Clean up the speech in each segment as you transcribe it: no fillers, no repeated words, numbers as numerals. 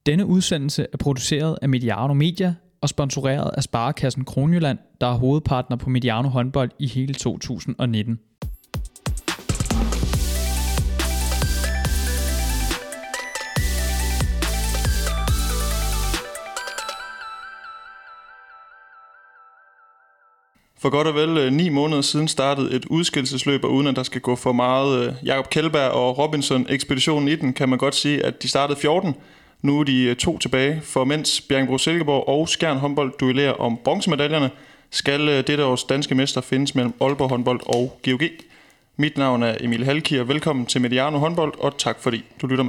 Denne udsendelse er produceret af Mediano Media og sponsoreret af Sparekassen Kronjylland, der er hovedpartner på Mediano håndbold i hele 2019. For godt og vel 9 måneder siden startede et udskillelsesløb, og uden at der skal gå for meget Jakob Kjeldberg og Robinson-ekspeditionen i den, kan man godt sige, at de startede 14. Nu er de 2 tilbage, for mens Bjerringbro-Silkeborg og Skjern håndbold duellerer om bronzemedaljerne, skal dette års danske mester findes mellem Aalborg håndbold og GOG. Mit navn er Emil Halkier. Velkommen til Mediano håndbold, og tak fordi du lytter med.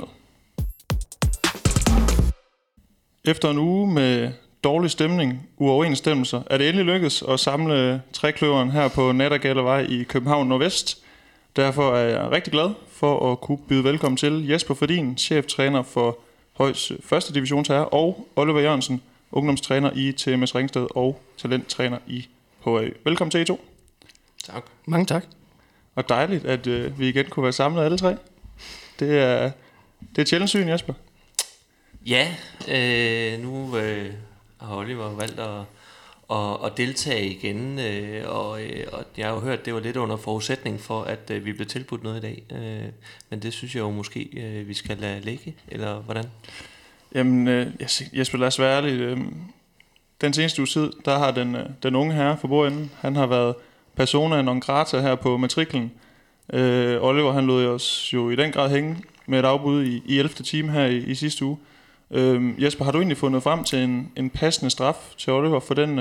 Efter en uge med dårlig stemning, uoverensstemmelser, er det endelig lykkedes at samle trekløveren her på Nattergalevej i København Nordvest. Derfor er jeg rigtig glad for at kunne byde velkommen til Jesper Fordin, cheftræner for Højs første divisionsherre, og Oliver Jørgensen, ungdomstræner i TMS Ringsted og talenttræner i HAØ. Velkommen til I to. Tak. Mange tak. Og dejligt, at vi igen kunne være samlet alle tre. Det er et sjældent syn, Jesper. Ja, nu har Oliver valgt at deltage igen, og jeg har jo hørt, at det var lidt under forudsætning for, at vi blev tilbudt noget i dag. Men det synes jeg jo måske, vi skal lade ligge, eller hvordan? Jamen, Jesper, lad os være ærlig. Den seneste uge tid, der har den unge herre for bordenden, han har været persona non grata her på matriklen. Oliver, han lod os jo i den grad hænge med et afbud i 11. time her i sidste uge. Jesper, har du egentlig fundet frem til en passende straf til Oliver for den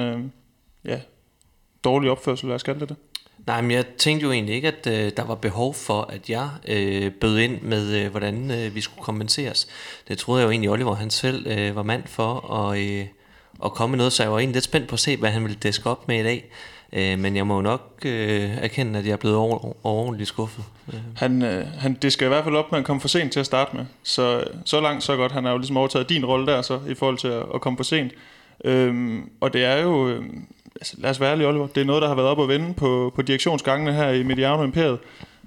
dårlige opførsel, lad os kalde det? Nej, men jeg tænkte jo egentlig ikke, at der var behov for, at jeg bød ind med, hvordan vi skulle kompenseres. Det troede jeg jo egentlig, Oliver han selv var mand for at komme med noget, så jeg var egentlig lidt spændt på at se, hvad han ville dæske op med i dag. Men jeg må jo nok erkende, at jeg er blevet overordentligt skuffet. Han disker i hvert fald op med at komme for sent til at starte med. Så langt, så godt. Han har jo ligesom overtaget din rolle der, så i forhold til at komme for sent. Og det er jo, lad os være ærlige, Oliver, det er noget, der har været op at vende på direktionsgangene her i Mediano Imperiet.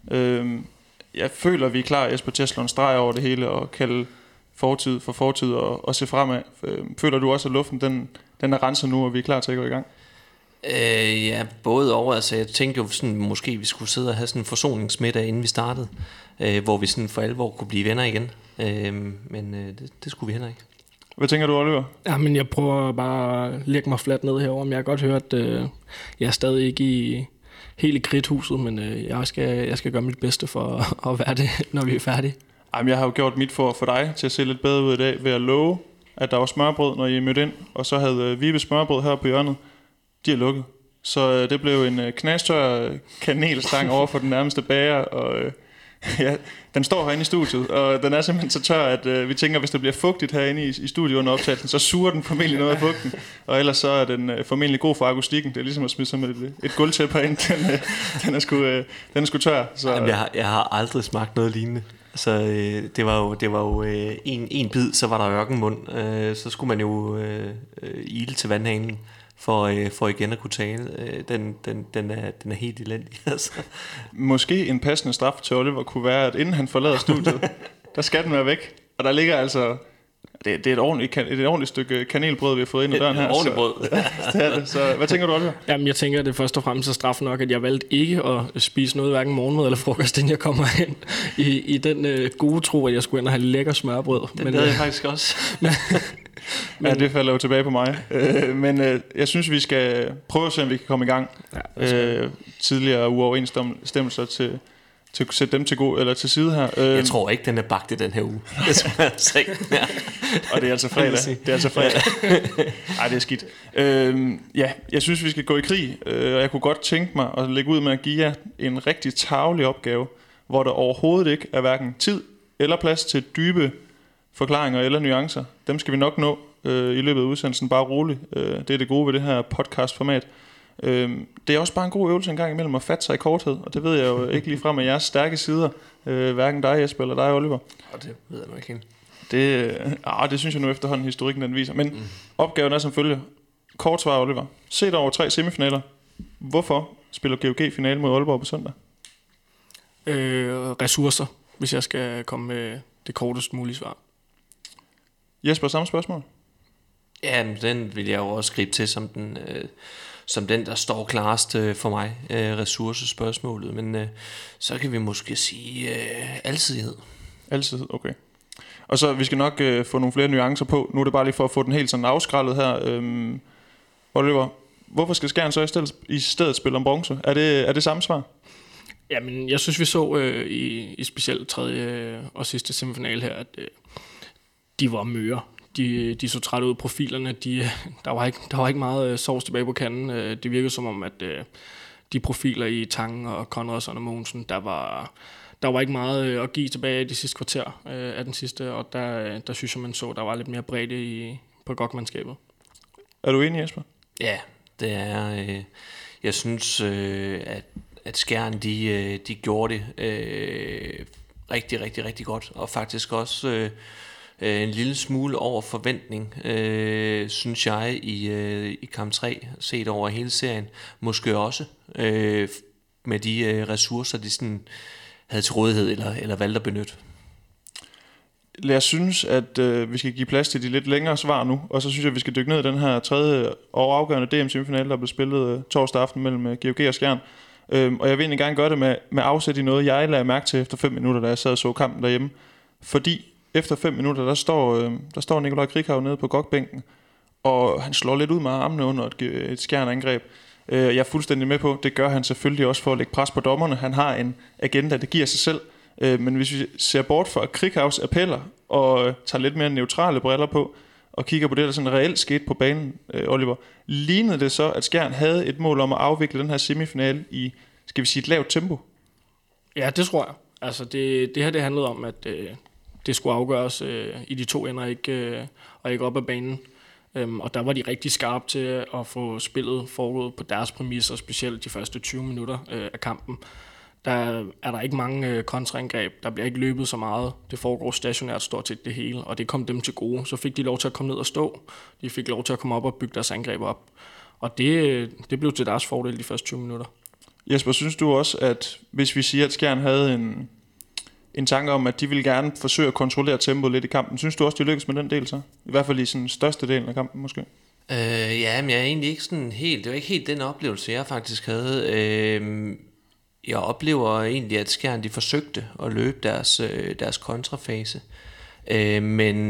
Jeg føler, vi er klar, Jesper, til at slå en streg over det hele og kalde fortid for fortid og se fremad. Føler du også, at luften den er renset nu, og vi er klar til at gå i gang? Ja, både over. Altså, jeg tænkte jo sådan, måske vi skulle sidde og have sådan en forsoningsmiddag, inden vi startede, hvor vi sådan for alvor kunne blive venner igen. Men det skulle vi heller ikke. Hvad tænker du, Oliver? Ja, men jeg prøver bare at lægge mig fladt ned herovre. Men jeg har godt hørt, at jeg er stadig ikke helt i kridthuset, men jeg skal gøre mit bedste for at være det, når vi er færdige. Jamen, jeg har jo gjort mit for dig til at se lidt bedre ud i dag ved at love, at der var smørbrød, når I mødte ind, og så havde Vibe smørbrød her på hjørnet. De er lukket. Så det blev en knastør kanelstang over for den nærmeste bager, og den står herinde i studiet, og den er simpelthen så tør, at vi tænker, hvis det bliver fugtigt herinde i studiet under optagelsen, så suger den formentlig noget af fugten, og ellers så er den formentlig god for akustikken. Det er ligesom at smide sådan et gulvtæppe herinde. Den er sgu tør. Så. Jamen, jeg har aldrig smagt noget lignende. Så det var jo en bid, så var der ørkenmund, så skulle man jo ile til vandhanen for igen at kunne tale. Den er helt elendig. Altså. Måske en passende straf til Oliver kunne være, at inden han forlader studiet, der skal den være væk. Og der ligger altså, det er et ordentligt stykke kanelbrød, vi har fået ind ad døren her. Et ordentligt brød. Det er det. Så hvad tænker du, Oliver? Jamen, jeg tænker, at det først og fremmest er straf nok, at jeg valgte ikke at spise noget, hverken morgenmad eller frokost, inden jeg kommer hen i den gode tro, at jeg skulle ind og have lækker smørbrød. Det havde jeg faktisk også. Ja, det falder jo tilbage på mig. Men jeg synes, vi skal prøve at se, om vi kan komme i gang. Ja, tidligere uoverensstemmelser til at sætte dem til side her. Jeg tror ikke, den er bagt i den her uge. Det tror jeg altså ikke. Ja. Og det er altså fredag. Ej, det er skidt. Jeg synes, vi skal gå i krig. Og jeg kunne godt tænke mig at lægge ud med at give jer en rigtig tarvelig opgave, hvor der overhovedet ikke er hverken tid eller plads til dybe forklaringer eller nuancer. Dem skal vi nok nå i løbet af udsendelsen. Bare roligt. Det er det gode ved det her podcastformat. Det er også bare en god øvelse en gang imellem at fatte sig i korthed. Og det ved jeg jo ikke lige frem af jeres stærke sider. Hverken dig, Jesper, eller dig, Oliver. Og det ved jeg nok ikke. Det synes jeg nu efterhånden historikken den viser. Men opgaven er som følger. Kort svar, Oliver. Set over 3 semifinaler. Hvorfor spiller GOG finale mod Aalborg på søndag? Ressourcer, hvis jeg skal komme med det kortest mulige svar. Jesper, samme spørgsmål? Ja, den vil jeg jo også gribe til som den, der står klarest for mig, ressourcespørgsmålet. Men så kan vi måske sige alsidighed. Alsidighed, okay. Og så, vi skal nok få nogle flere nuancer på. Nu er det bare lige for at få den helt sådan afskrællet her. Oliver, hvorfor skal Skjern så i stedet spille om bronze? Er det samme svar? Jamen, jeg synes, vi så i specielt tredje og sidste semifinal her, at de var møre. De så trætte ud. Profilerne, der var ikke meget sovs tilbage på kanden. Det virkede som om, at de profiler i Tangen og Conradsen og Mogensen, der var ikke meget at give tilbage i de sidste kvarter af den sidste, og der synes jeg, man så, der var lidt mere bredde på GOG-mandskabet. Er du enig, Jesper? Ja, det er. Jeg synes, at Skjern, de gjorde det rigtig, rigtig, rigtig godt, og faktisk også en lille smule over forventning, synes jeg, i kamp 3, set over hele serien. Måske også med de ressourcer, de sådan havde til rådighed eller valgte at benytte. Jeg synes, at vi skal give plads til de lidt længere svar nu, og så synes jeg, at vi skal dykke ned i den her tredje og afgørende DM-semifinale, der blev spillet torsdag aften mellem GOG og Skjern. Og jeg vil egentlig gerne gøre det med afsæt i noget, jeg lagde mærke til efter 5 minutter, da jeg sad og så kampen derhjemme. Fordi efter 5 minutter, der står Nikolaj Krikau nede på GOG-bænken, og han slår lidt ud med armene under et Skjern-angreb. Jeg er fuldstændig med på, det gør han selvfølgelig også for at lægge pres på dommerne. Han har en agenda, det giver sig selv. Men hvis vi ser bort fra Krikaus appeller og tager lidt mere neutrale briller på og kigger på det, der sådan reelt skete på banen, Oliver, lignede det så, at Skjern havde et mål om at afvikle den her semifinale i, skal vi sige, et lavt tempo? Ja, det tror jeg. Altså det her, det handlede om, at det skulle afgøres i de to ender, og ikke op ad banen. Og der var de rigtig skarpe til at få spillet foregået på deres præmisser, specielt de første 20 minutter af kampen. Der er der ikke mange kontraangreb, der bliver ikke løbet så meget. Det foregår stationært stort set det hele, og det kom dem til gode. Så fik de lov til at komme ned og stå. De fik lov til at komme op og bygge deres angreb op. Og det blev til deres fordel de første 20 minutter. Jesper, synes du også, at hvis vi siger, at Skjern havde en tanke om, at de ville gerne forsøge at kontrollere tempoet lidt i kampen, synes du også, de lykkedes med den del så? I hvert fald i sådan største delen af kampen måske? Ja, men jeg er egentlig ikke sådan helt... Det var ikke helt den oplevelse, jeg faktisk havde. Jeg oplever egentlig, at Skjern, de forsøgte at løbe deres kontrafase, men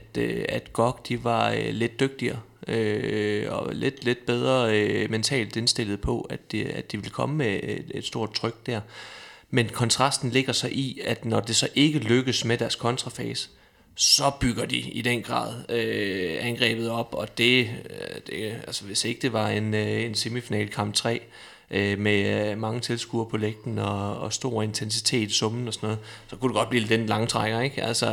at GOG, de var lidt dygtigere og lidt bedre mentalt indstillet på, at de ville komme med et stort tryk der. Men kontrasten ligger så i, at når det så ikke lykkes med deres kontrafase, så bygger de i den grad angrebet op, og det altså hvis ikke det var en semifinal kamp 3, med mange tilskuere på lægten og stor intensitet i summen og sådan noget, så kunne det godt blive den langtrækker, ikke? Altså,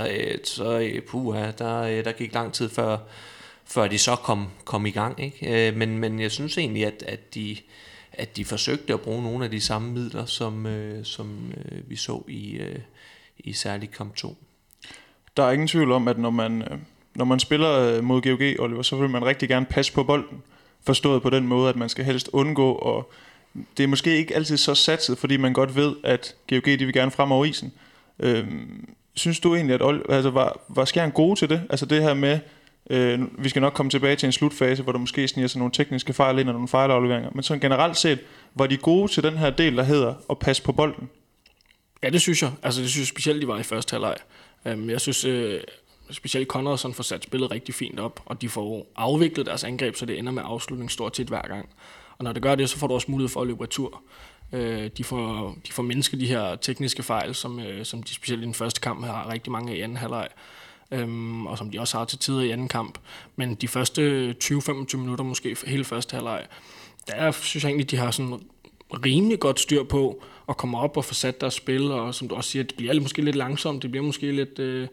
der gik lang tid før de så kom i gang, ikke? Men jeg synes egentlig, at de forsøgte at bruge nogle af de samme midler, som vi så i særligt kamp 2. Der er ingen tvivl om, at når man spiller mod GOG, Oliver, så vil man rigtig gerne passe på bolden. Forstået på den måde, at man skal helst undgå, og det er måske ikke altid så satset, fordi man godt ved, at GOG, de vil gerne frem over isen. Synes du egentlig, at var Skjern gode til det? Altså det her med, vi skal nok komme tilbage til en slutfase, hvor der måske sniger sig nogle tekniske fejl ind og nogle fejlafleveringer, men sådan generelt set, var de gode til den her del, der hedder at passe på bolden? Ja, det synes jeg. Altså det synes jeg specielt, de var i første halvleg. Jeg synes specielt Conradsen får sat spillet rigtig fint op, og de får afviklet deres angreb, så det ender med afslutning stort set hver gang. Og når det gør det, så får du også mulighed for at løbe retur. De får mindsket de her tekniske fejl, som de specielt i den første kamp har rigtig mange af i anden halvleg, og som de også har til tider i anden kamp. Men de første 20-25 minutter, måske hele første halvleg, der synes jeg egentlig, de har sådan rimelig godt styr på at komme op og få sat deres spil, og som du også siger, det bliver måske lidt langsomt, det bliver måske lidt,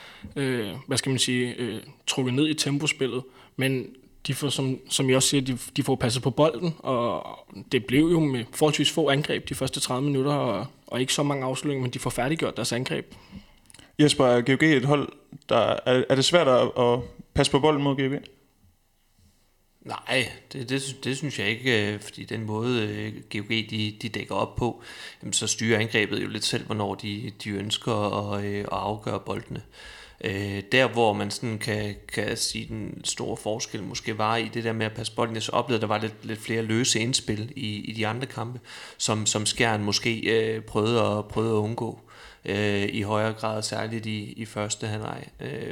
trukket ned i tempospillet, men de får, som jeg også siger, de får passet på bolden, og det blev jo med forholdsvis få angreb de første 30 minutter, og ikke så mange afslutninger, men de får færdiggjort deres angreb. Jesper, er GOG et hold, er det svært at passe på bolden mod GOG? Nej, det synes jeg ikke, fordi den måde GOG de dækker op på, så styrer angrebet jo lidt selv, hvornår de ønsker at afgøre boldene. Der hvor man sådan kan sige den store forskel måske var i det der med at passe bolden, jeg så oplevede, at der var lidt flere løse indspil i de andre kampe, som Skjern måske prøvede at undgå i højere grad, særligt i første halvleg.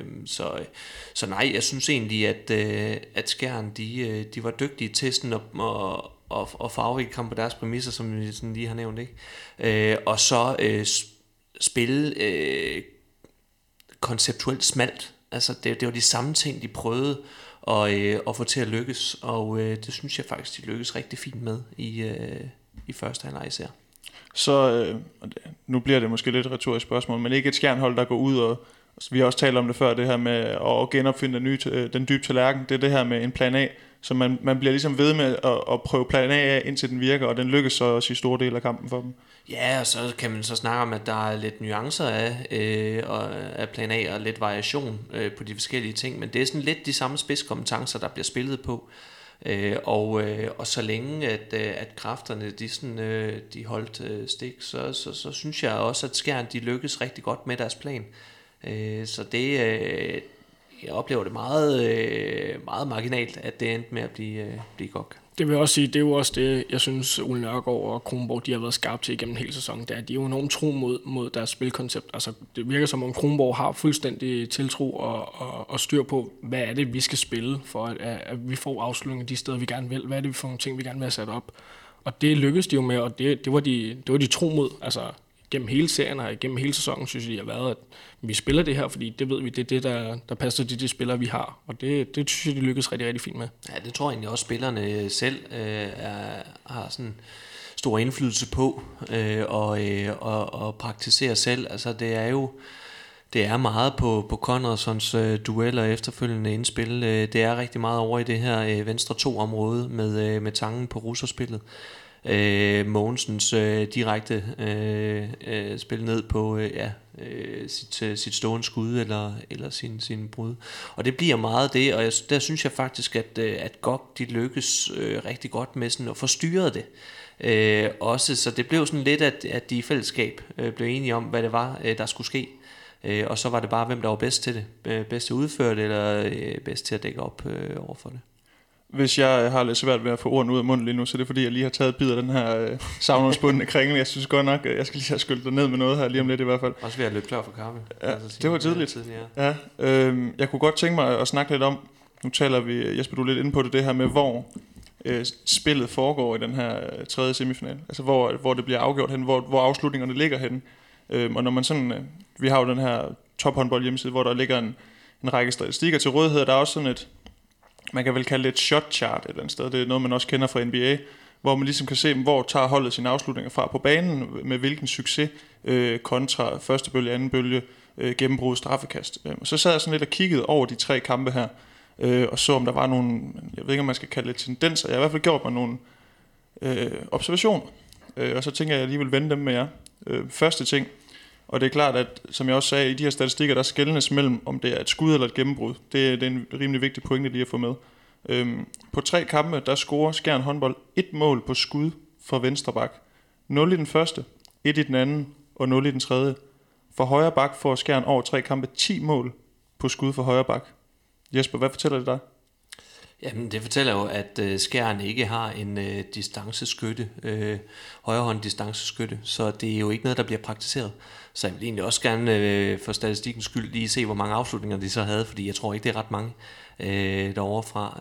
Så nej, jeg synes egentlig, at Skjern de var dygtige til sådan at farvevække kamp på deres præmisser, som vi sådan lige har nævnt, ikke? Og så spille konceptuelt smalt. Altså det var de samme ting, de prøvede at få til at lykkes, og det synes jeg faktisk, de lykkedes rigtig fint med i første halvleg især. Så nu bliver det måske lidt et retorisk spørgsmål, men ikke et Skjernhold, der går ud og vi har også talt om det før, det her med at genopfinde den dybe tallerken. Det er det her med en plan A, så man bliver ligesom ved med at prøve plan A af, indtil den virker, og den lykkes så også i store dele af kampen for dem. Ja, og så kan man så snakke om, at der er lidt nuancer af plan A og lidt variation på de forskellige ting, men det er sådan lidt de samme spidskompetencer, der bliver spillet på. Og så længe at kræfterne de holdt stik, så synes jeg også, at Skjern de lykkes rigtig godt med deres plan. Så det jeg oplever det meget marginalt, at det endte med at blive godt. Det vil jeg også sige, det er jo også det, jeg synes, Ole Nørgaard og Kronborg, de har været skarpe til igennem hele sæsonen. Det er, de er jo enormt tro mod deres spilkoncept. Altså, det virker som om Kronborg har fuldstændig tiltro og styr på, hvad er det, vi skal spille, for at vi får afslutninger de steder, vi gerne vil. Hvad er det for nogle ting, vi gerne vil have sat op? Og det lykkedes de jo med, og det var de tro mod. Altså, gennem hele serien og gennem hele sæsonen, synes jeg, de har været, at vi spiller det her, fordi det ved vi, det er det, der passer til de spillere, vi har. Og det synes jeg, de lykkes rigtig, rigtig fint med. Ja, det tror jeg egentlig også, spillerne selv har sådan stor indflydelse på og praktisere selv. Altså, det er meget på Conradsons dueller efterfølgende indspil. Det er rigtig meget over i det her venstre 2-område med tangen på russerspillet. Mogensens direkte spil ned på sit stående skud eller sin brud, og det bliver meget det, og der synes jeg faktisk at GOG de lykkes rigtig godt med sådan at få styret det også, så det blev sådan lidt at de i fællesskab blev enige om hvad det var der skulle ske, og så var det bare hvem der var bedst til det, bedst til at udføre det eller bedst til at dække op overfor det. Hvis jeg har lidt svært ved at få ordene ud af munden lige nu, så det er fordi, jeg lige har taget bid af den her savnomsbundne kringle. Jeg synes godt nok, jeg skal lige have skyldt dig ned med noget her, lige om lidt i hvert fald. Også ved at løbe klar for kaffe. Ja, altså, det var tidligt. Ja, jeg kunne godt tænke mig at snakke lidt om, nu taler vi, Jesper, du er lidt inde på det her med, hvor spillet foregår i den her tredje semifinal. Altså hvor det bliver afgjort hen, hvor afslutningerne ligger hen. Og når man sådan, vi har jo den her tophåndbold hjemmeside, hvor der ligger en række statistikker til rådighed, der er også sådan et, man kan vel kalde det et shot chart et eller andet sted. Det er noget, man også kender fra NBA, hvor man ligesom kan se, hvor tager holdet sine afslutninger fra på banen, med hvilken succes kontra første bølge, anden bølge, gennembrud, straffekast. Og så sad jeg sådan lidt og kiggede over de 3 kampe her, og så om der var nogle, jeg ved ikke om man skal kalde det tendenser, jeg har i hvert fald gjort mig nogle observationer, og så tænker jeg alligevel vende dem med jer. Første ting, og det er klart, at som jeg også sagde, i de her statistikker, der skelnes mellem, om det er et skud eller et gennembrud. Det er en rimelig vigtig pointe lige at få med. På 3 kampe, der scorer Skjern håndbold 1 mål på skud for venstre bak. 0 i den første, 1 i den anden og 0 i den tredje. For højre bak får Skjern over 3 kampe 10 mål på skud for højre bak. Jesper, hvad fortæller det dig? Jamen, det fortæller jo, at Skjern ikke har en distanceskytte, højrehånd distanceskytte, så det er jo ikke noget, der bliver praktiseret. Så jeg vil egentlig også gerne for statistikkens skyld lige se, hvor mange afslutninger de så havde, fordi jeg tror ikke, det er ret mange derovre fra.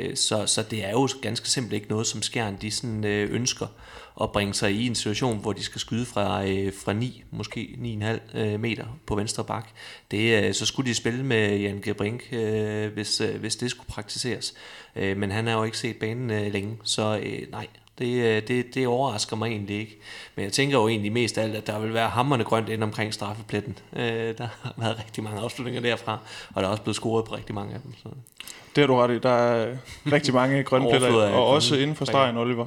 Så det er jo ganske simpelt ikke noget, som Skjern de sådan, ønsker at bringe sig i en situation, hvor de skal skyde fra 9, måske 9,5 meter på venstre bak. Så skulle de spille med Jan Gebrink, hvis det skulle praktiseres. Men han har jo ikke set banen længe, så nej. Det overrasker mig egentlig ikke. Men jeg tænker jo egentlig mest af alt, at der vil være hamrende grønt inde omkring straffepletten. Der har været rigtig mange afslutninger derfra, og der er også blevet scoret på rigtig mange af dem. Så. Det har du ret i. Der er rigtig mange grønne pletter, og også inden for stregen, Oliver.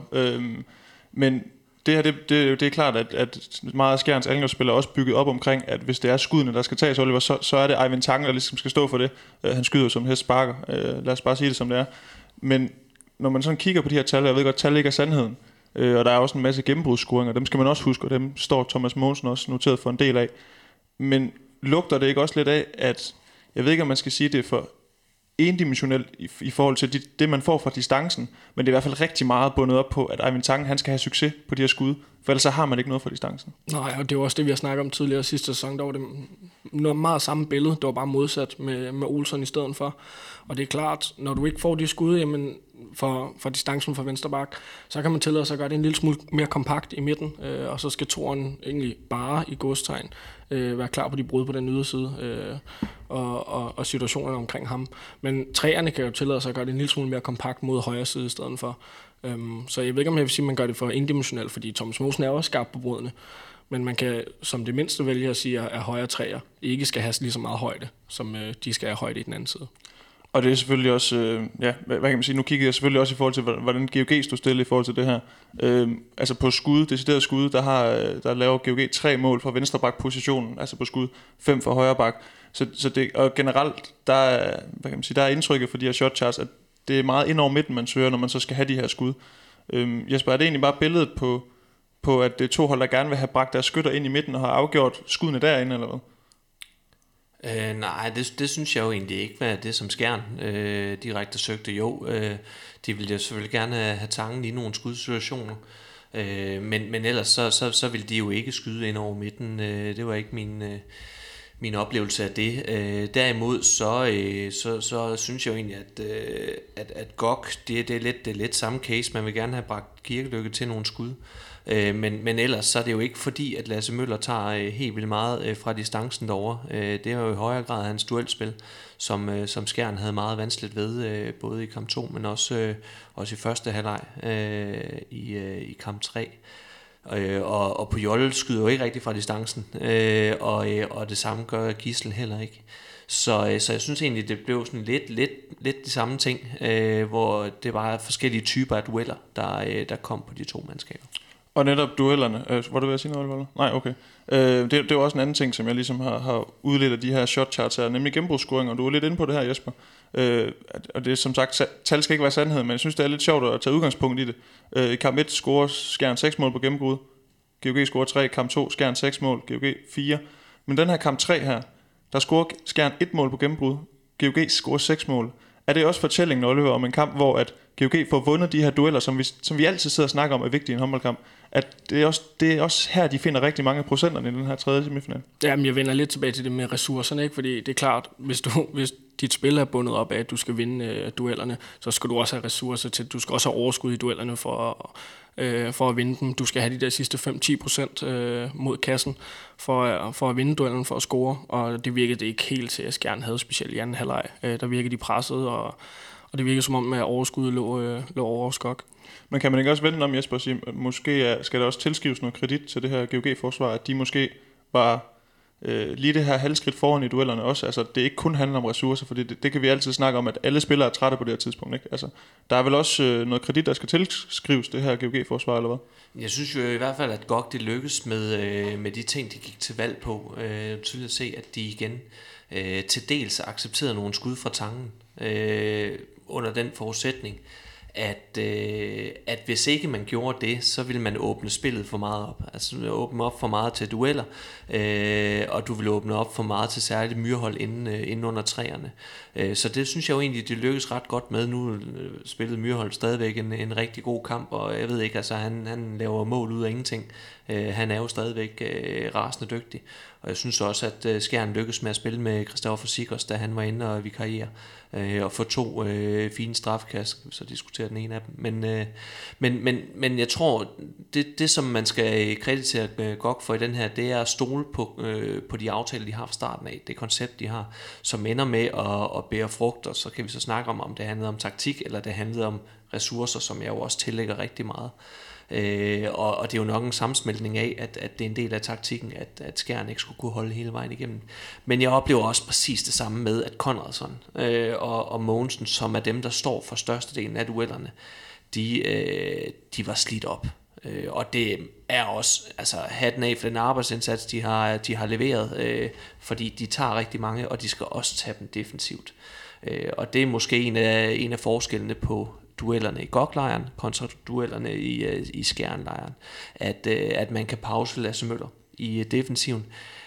Men det her, det er klart, at meget af Skjerns angrebsspil er også bygget op omkring, at hvis det er skuddene, der skal tages, Oliver, så er det Eivind Tange, der ligesom skal stå for det. Han skyder som hest sparker. Lad os bare sige det, som det er. Men når man sådan kigger på de her tal, jeg ved godt, tal ikke er sandheden, og der er også en masse gennembrudsscoringer, dem skal man også huske, og dem står Thomas Mogensen også noteret for en del af. Men lugter det ikke også lidt af, at jeg ved ikke, om man skal sige, det er for endimensionelt i forhold til det, man får fra distancen, men det er i hvert fald rigtig meget bundet op på, at Eivind Tange, han skal have succes på de her skud, for ellers så har man ikke noget fra distancen. Nej, og det var også det, vi har snakket om tidligere sidste sæson, der var det noget meget samme billede, det var bare modsat med Olsen i stedet for. Og det er klart, når du ikke får de skud, jamen for distancen fra venstre bak, så kan man tillade sig at gøre det en lille smule mere kompakt i midten, og så skal toeren egentlig bare i godstegn være klar på de brud på den yderside og situationerne omkring ham. Men træerne kan jo tillade sig at gøre det en lille smule mere kompakt mod højre side i stedet for. Så jeg ved ikke, om jeg vil sige, at man gør det for indimensionelt, fordi Thomas Mogensen er også skarp på brudene. Men man kan som det mindste vælge at sige, at højre træer ikke skal have lige så meget højde, som de skal have højde i den anden side. Og det er selvfølgelig også, hvad kan man sige, nu kigger jeg selvfølgelig også i forhold til, hvordan GOG stod stille i forhold til det her. Altså på skud, decideret skud, der laver GOG 3 mål fra venstre bak positionen, altså på skud, 5 fra højre bak. Så det, og generelt, der er indtrykket for de her shot charts, at det er meget ind over midten, man søger, når man så skal have de her skud. Jesper, er det egentlig bare billedet på, at det er to hold, der gerne vil have bragt deres skytter ind i midten og har afgjort skuddene derinde, eller hvad? Nej, det synes jeg jo egentlig ikke var det, som Skjern direkte søgte. Jo, de ville jo selvfølgelig gerne have Tangen i nogle skudsituationer, men ellers så ville de jo ikke skyde ind over midten. Det var ikke min oplevelse af det. Derimod så synes jeg jo egentlig, at GOG, det er lidt samme case. Man vil gerne have bragt Kirkelykke til nogle skud. Men ellers så er det jo ikke fordi, at Lasse Møller tager helt vildt meget fra distancen derovre. Det er jo i højere grad hans duelspil, som Skjern havde meget vanskeligt ved, både i kamp 2, men også i første halvleg i kamp 3. Og Pujol skyder jo ikke rigtig fra distancen, og det samme gør Gisel heller ikke. Så jeg synes egentlig, det blev sådan lidt de samme ting, hvor det var forskellige typer af dueller, der kom på de to mandskaber. Og netop duellerne, var du ved at sige noget, Oliver? Nej, okay. Det er også en anden ting, som jeg ligesom har udledt af de her shot charts her, nemlig gennembrudscoringer, og du er lidt inde på det her, Jesper. Og det er som sagt, tal skal ikke være sandhed, men jeg synes, det er lidt sjovt at tage udgangspunkt i det. I kamp 1 scorer Skjern 6 mål på gennembrud, GOG scorer 3, kamp 2 Skjern 6 mål, GOG 4. Men den her kamp 3 her, der scorer Skjern 1 mål på gennembrud, GOG scorer 6 mål. Er det også fortællingen, Oliver, om en kamp, hvor at GOG får vundet de her dueller, som vi altid sidder og snakker om, er vigtige i en håndboldkamp, at det er også her, de finder rigtig mange af procenterne i den her tredje semifinal? Jamen, jeg vender lidt tilbage til det med ressourcerne, ikke? Fordi det er klart, hvis dit spil er bundet op af, at du skal vinde duellerne, så skal du også have ressourcer til, du skal også have overskud i duellerne for at vinde dem. Du skal have de der sidste 5-10% mod kassen for at vinde duellen, for at score, og det virkede det ikke helt til, at Skjern havde, specielt i anden halvleg. Der virkede de presset, og det virkede som om, at overskuddet lå over Skok. Men kan man ikke også vende om, Jesper, og sige, at måske skal der også tilskrives noget kredit til det her GOG-forsvar, at de måske var lige det her halvskridt foran i duellerne også. Altså, det ikke kun handler om ressourcer, for det kan vi altid snakke om, at alle spillere er trætte på det her tidspunkt, ikke? Altså, der er vel også noget kredit, der skal tilskrives det her GOG-forsvar, eller hvad? Jeg synes jo i hvert fald, at GOG det lykkes med de ting, de gik til valg på. Tydeligt at se, at de igen til dels accepterede nogle skud fra Tangen under den forudsætning, at hvis ikke man gjorde det, så ville man åbne spillet for meget op. Altså åbne op for meget til dueller, og du vil åbne op for meget til særligt Myrhold inden under træerne. Så det synes jeg jo egentlig, det lykkes ret godt med. Nu spillede Myrhold stadigvæk en rigtig god kamp, og jeg ved ikke, altså han laver mål ud af ingenting. Han er jo stadigvæk rasende dygtig. Og jeg synes også, at Skjern lykkes med at spille med Christoffer Sikkers, da han var inde og vikariere, og få 2 fine strafkast, så diskuterer den ene af dem. Men jeg tror, det som man skal kreditere GOG for i den her, det er at stole på de aftaler, de har fra starten af, det koncept, de har, som ender med at bære frugt, og så kan vi så snakke om det handlede om taktik, eller det handlede om ressourcer, som jeg jo også tillægger rigtig meget. Og det er jo nok en sammensmeltning af, at det er en del af taktikken, at Skjern ikke skulle kunne holde hele vejen igennem. Men jeg oplever også præcis det samme med, at Konradsson og Mogensen, som er dem, der står for størstedelen af duellerne, de var slidt op. Og det er også altså hatten af for den arbejdsindsats, de har leveret, fordi de tager rigtig mange, og de skal også tage dem defensivt. Og det er måske en af forskellene på duellerne i GOG-lejren kontra duellerne i Skjern-lejren, at man kan pause Lasse Møller i defensiven.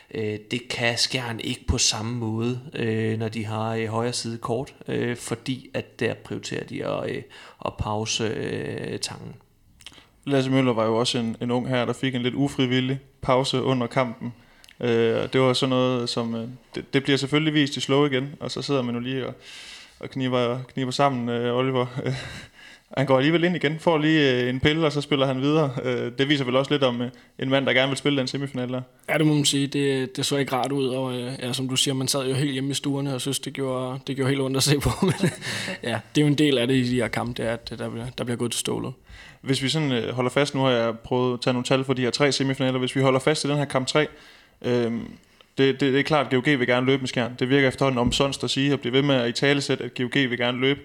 Det kan Skjern ikke på samme måde, når de har højre side kort, fordi at der prioriterer de at pause tangen. Lasse Møller var jo også en ung her, der fik en lidt ufrivillig pause under kampen. Det var sådan noget, som det bliver selvfølgelig vist i slow igen, og så sidder man jo lige og kniber sammen, Oliver. Han går alligevel ind igen, får lige en pille, og så spiller han videre. Det viser vel også lidt om en mand, der gerne vil spille den semifinal der. Ja, det må man sige. Det så ikke rart ud, og som du siger, man sad jo helt hjemme i stuerne, og synes, det gjorde helt ondt at se på. Men ja, det er jo en del af det i de her kampe, det er, at der bliver gået til stålet. Hvis vi sådan holder fast, nu har jeg prøvet at tage nogle tal for de her 3 semifinaler, hvis vi holder fast i den her kamp 3, det er klart, at GOG vil gerne løbe med Skjern. Det virker efterhånden omsonst at sige, og blive ved med at italesætte, at GOG vil gerne løbe.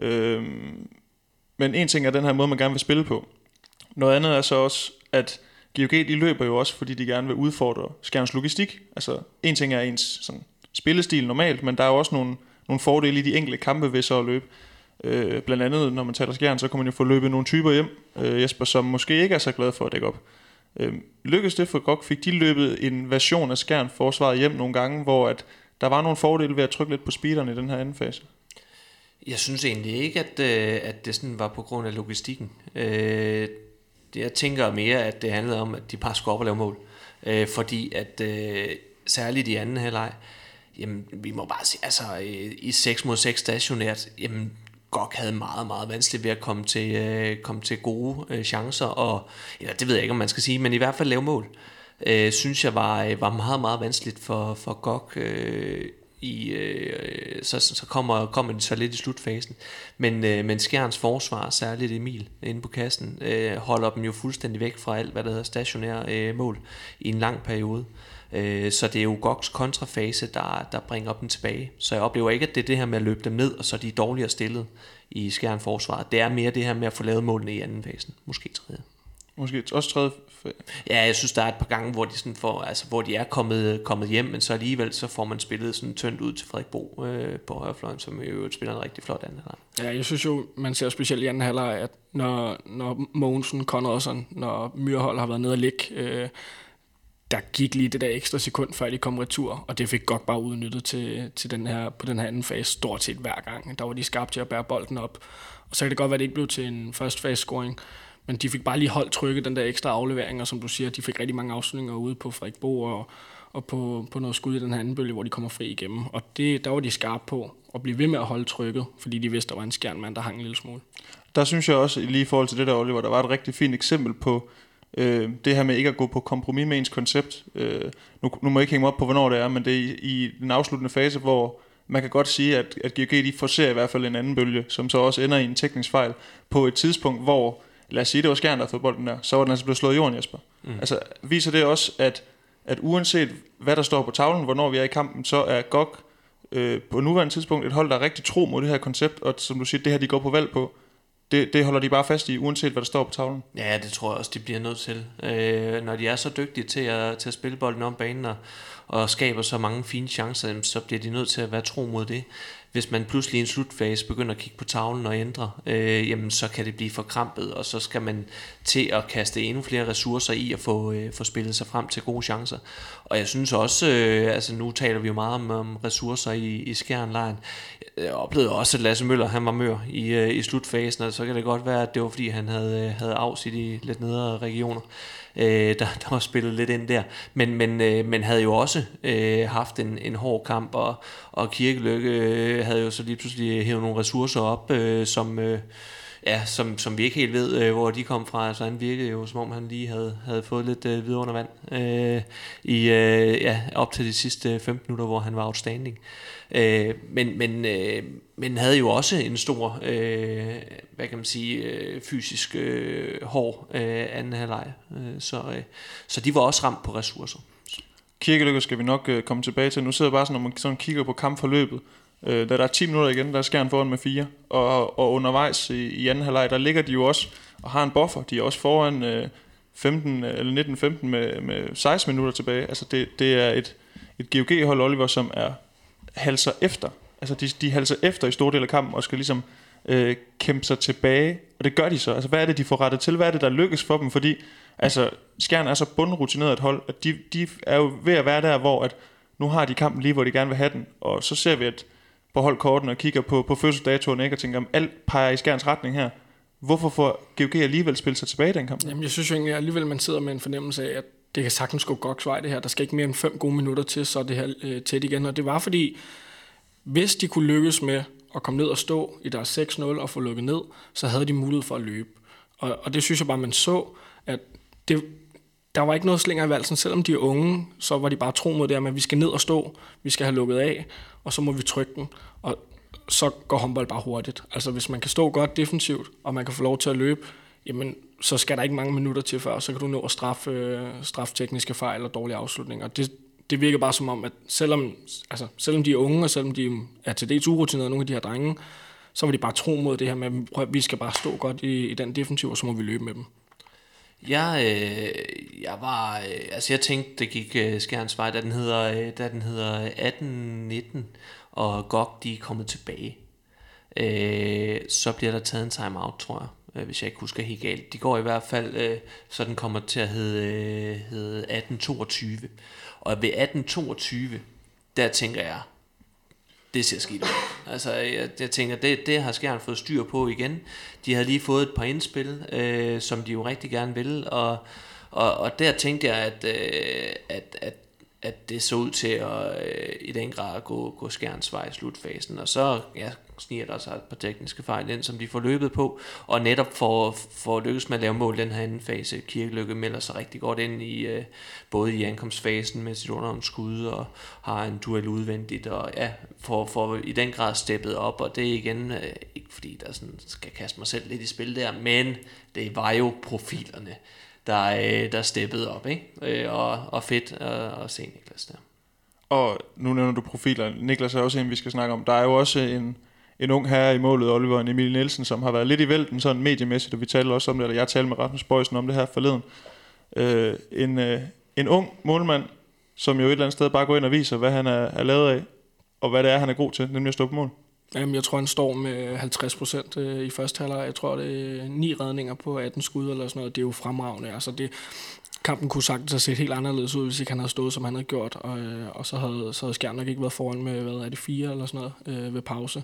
Men en ting er den her måde, man gerne vil spille på. Noget andet er så også, at GOG de løber jo også, fordi de gerne vil udfordre Skjerns logistik. Altså en ting er ens sådan, spillestil normalt, men der er jo også nogle fordele i de enkelte kampe ved så at løbe. Blandt andet, når man taler Skjern, så kan man jo få løbet nogle typer hjem, Jesper, som måske ikke er så glad for at dække op. Lykkedes det for GOG? Fik de løbet en version af Skjern forsvaret hjem nogle gange, hvor at der var nogle fordele ved at trykke lidt på speederen i den her anden fase? Jeg synes egentlig ikke, at det sådan var på grund af logistikken. Jeg tænker mere, at det handlede om, at de bare skulle op og lave mål. Fordi at særligt i anden halvleg, jamen vi må bare sige, altså i 6 mod 6 stationært, jamen GOG havde meget, meget vanskeligt ved at komme til gode chancer, og eller det ved jeg ikke, om man skal sige, men i hvert fald lave mål. Synes jeg var meget, meget vanskeligt for GOG. Så kommer de så lidt i slutfasen, men Skjerns forsvar, særligt Emil inde på kassen, holder dem jo fuldstændig væk fra alt, hvad der hedder stationære mål i en lang periode. Så det er jo GOGs kontrafase, der bringer dem tilbage. Så jeg oplever ikke, at det er det her med at løbe dem ned, og så er de dårligere stillet i Skjern forsvaret. Det er mere det her med at få lavet målene i anden fasen, måske tredje. Måske også tredje. Ja, jeg synes, der er et par gange, hvor de, sådan får, altså, hvor de er kommet hjem, men så alligevel så får man spillet sådan tyndt ud til Frederik Bo på højrefløjen, som jo spiller en rigtig flot anden halvleg. Ja, jeg synes jo, man ser specielt i anden halvleg, at når Mogensen, Conradsen, når Myrhold har været nede og ligge, der gik lige det der ekstra sekund, før de kom retur, og det fik GOG bare udnyttet til på den her anden fase stort set hver gang. Der var de skarpe til at bære bolden op, og så kan det godt være, at det ikke blev til en første fase scoring, men de fik bare lige holdt trykket, den der ekstra aflevering, og som du siger, de fik rigtig mange afslutninger ude på Frederik Bo og på noget skud i den her anden bølge, hvor de kommer fri igennem. Og der var de skarpe på at blive ved med at holde trykket, fordi de vidste, der var en Skjernmand, der hang en lille smule. Der synes jeg også, lige i forhold til det der, Oliver, der var et rigtig fint eksempel på det her med ikke at gå på kompromis med ens koncept. Nu må jeg ikke hænge op på, hvornår det er, men det er i den afsluttende fase, hvor man kan godt sige, at GOG de forser i hvert fald en anden bølge, som så også ender i en teknisk fejl på et tidspunkt, hvor lad os sige, det var Skjern, der havde fået bolden der, så var den altså blevet slået i jorden, Jesper. Altså viser det også, at uanset hvad der står på tavlen, hvornår vi er i kampen, så er GOG på nuværende tidspunkt et hold, der er rigtig tro mod det her koncept, og som du siger, det her de går på valg på, det holder de bare fast i, uanset hvad der står på tavlen. Ja, det tror jeg også, de bliver nødt til. Når de er så dygtige til at spille bolden om banen og skaber så mange fine chancer, så bliver de nødt til at være tro mod det. Hvis man pludselig i en slutfase begynder at kigge på tavlen og ændre, jamen så kan det blive forkrampet, og så skal man til at kaste endnu flere ressourcer i at få spillet sig frem til gode chancer. Og jeg synes også, altså nu taler vi jo meget om ressourcer i Skjern-lejren. Jeg oplevede også, at Lasse Møller, han var mør i slutfasen, og så kan det godt være, at det var fordi, han havde afs i de lidt nedre regioner. Der var spillet lidt ind der, men havde jo også haft en hård kamp, og Kirkeløkke havde jo så lige pludselig hævet nogle ressourcer op, som vi ikke helt ved, hvor de kom fra. Altså han virkede jo, som om han lige havde fået lidt videre under vand op til de sidste 15 minutter, hvor han var outstanding. Men havde jo også en stor, hvad kan man sige, fysisk hård anden halvleg. Så de var også ramt på ressourcer. Kirkeløkke skal vi nok komme tilbage til. Nu sidder jeg bare sådan, når man sådan kigger på kampforløbet. Da der er 10 minutter igen, der er Skjern foran med 4. Og undervejs i anden halvleg, der ligger de jo også og har en buffer. De er også foran 15 eller 19-15 med 16 minutter tilbage. Altså det er et GOG-hold, Oliver, som halser efter. Altså de halser efter i store del af kampen og skal ligesom kæmpe sig tilbage, og det gør de så. Altså hvad er det, de får rettet til? Hvad er det, der lykkes for dem? Fordi altså, Skjern er så bundrutineret et hold, at de er jo ved at være der, hvor at nu har de kampen lige, hvor de gerne vil have den, og så ser vi, at på holdkorten og kigger på fødselsdatoen, ikke, og tænker, om alt peger i Skjerns retning her. Hvorfor får GOG alligevel spillet sig tilbage i den kamp? Jamen, jeg synes jo egentlig, at alligevel man sidder med en fornemmelse af, at det kan sagtens gå GOGs vej det her. Der skal ikke mere end 5 gode minutter til, så er det her tæt igen. Og det var fordi, hvis de kunne lykkes med at komme ned og stå i deres 6-0 og få lukket ned, så havde de mulighed for at løbe. Og det synes jeg bare, man så, at der var ikke noget slinger i valsen. Selvom de er unge, så var de bare tro mod det her, at vi skal ned og stå, vi skal have lukket af, og så må vi trykke den. Og så går håndbold bare hurtigt. Altså hvis man kan stå godt defensivt, og man kan få lov til at løbe, jamen så skal der ikke mange minutter til før, så kan du nå at straffe tekniske fejl og dårlige afslutninger. Det virker bare som om, at selvom de er unge, og selvom de er til dels urutinerede, nogle af de her drenge, så var de bare tro mod det her med, at vi skal bare stå godt i den defensiv, og så må vi løbe med dem. Jeg tænkte, det gik Skjerns vej, da den hedder 18-19, og GOG, de er kommet tilbage. Så bliver der taget en timeout, tror jeg, hvis jeg ikke husker helt galt. De går i hvert fald, så den kommer til at hedde 18-22. Og ved 18-22, der tænker jeg, det ser skidt ud. Altså, jeg tænker, det har Skjern fået styr på igen. De havde lige fået et par indspil, som de jo rigtig gerne ville, og der tænkte jeg, at det så ud til at i den grad gå Skjerns vej i slutfasen, og så sniger der sig et par tekniske fejl ind, som de får løbet på, og netop for lykkes med at lave mål den her anden fase. Kirkelykke melder sig rigtig godt ind i både i ankomstfasen med sit underarmsskud og har en duel udvendigt, og for i den grad steppet op, og det er igen ikke fordi der sådan skal kaste mig selv lidt i spil der, men det var jo profilerne der steppede op, ikke? Og fedt at se Niklas der. Og nu nævner du profiler. Niklas er også en, vi skal snakke om. Der er jo også en ung herre i målet, Oliver Emil Nielsen, som har været lidt i vælten sådan mediemæssigt, og vi talte også om det, eller jeg talte med Rasmus Bøjsen om det her forleden. En ung målmand, som jo et eller andet sted bare går ind og viser, hvad han er lavet af, og hvad det er, han er god til, nemlig at stå på mål. Jeg tror, han står med 50% i første halvleg. Jeg tror, det er 9 redninger på 18 skud eller sådan noget. Det er jo fremragende. Altså kampen kunne sagtens have set helt anderledes ud, hvis ikke han havde stået, som han havde gjort. Og så havde Skjern nok ikke været foran med, 4 eller sådan noget ved pause.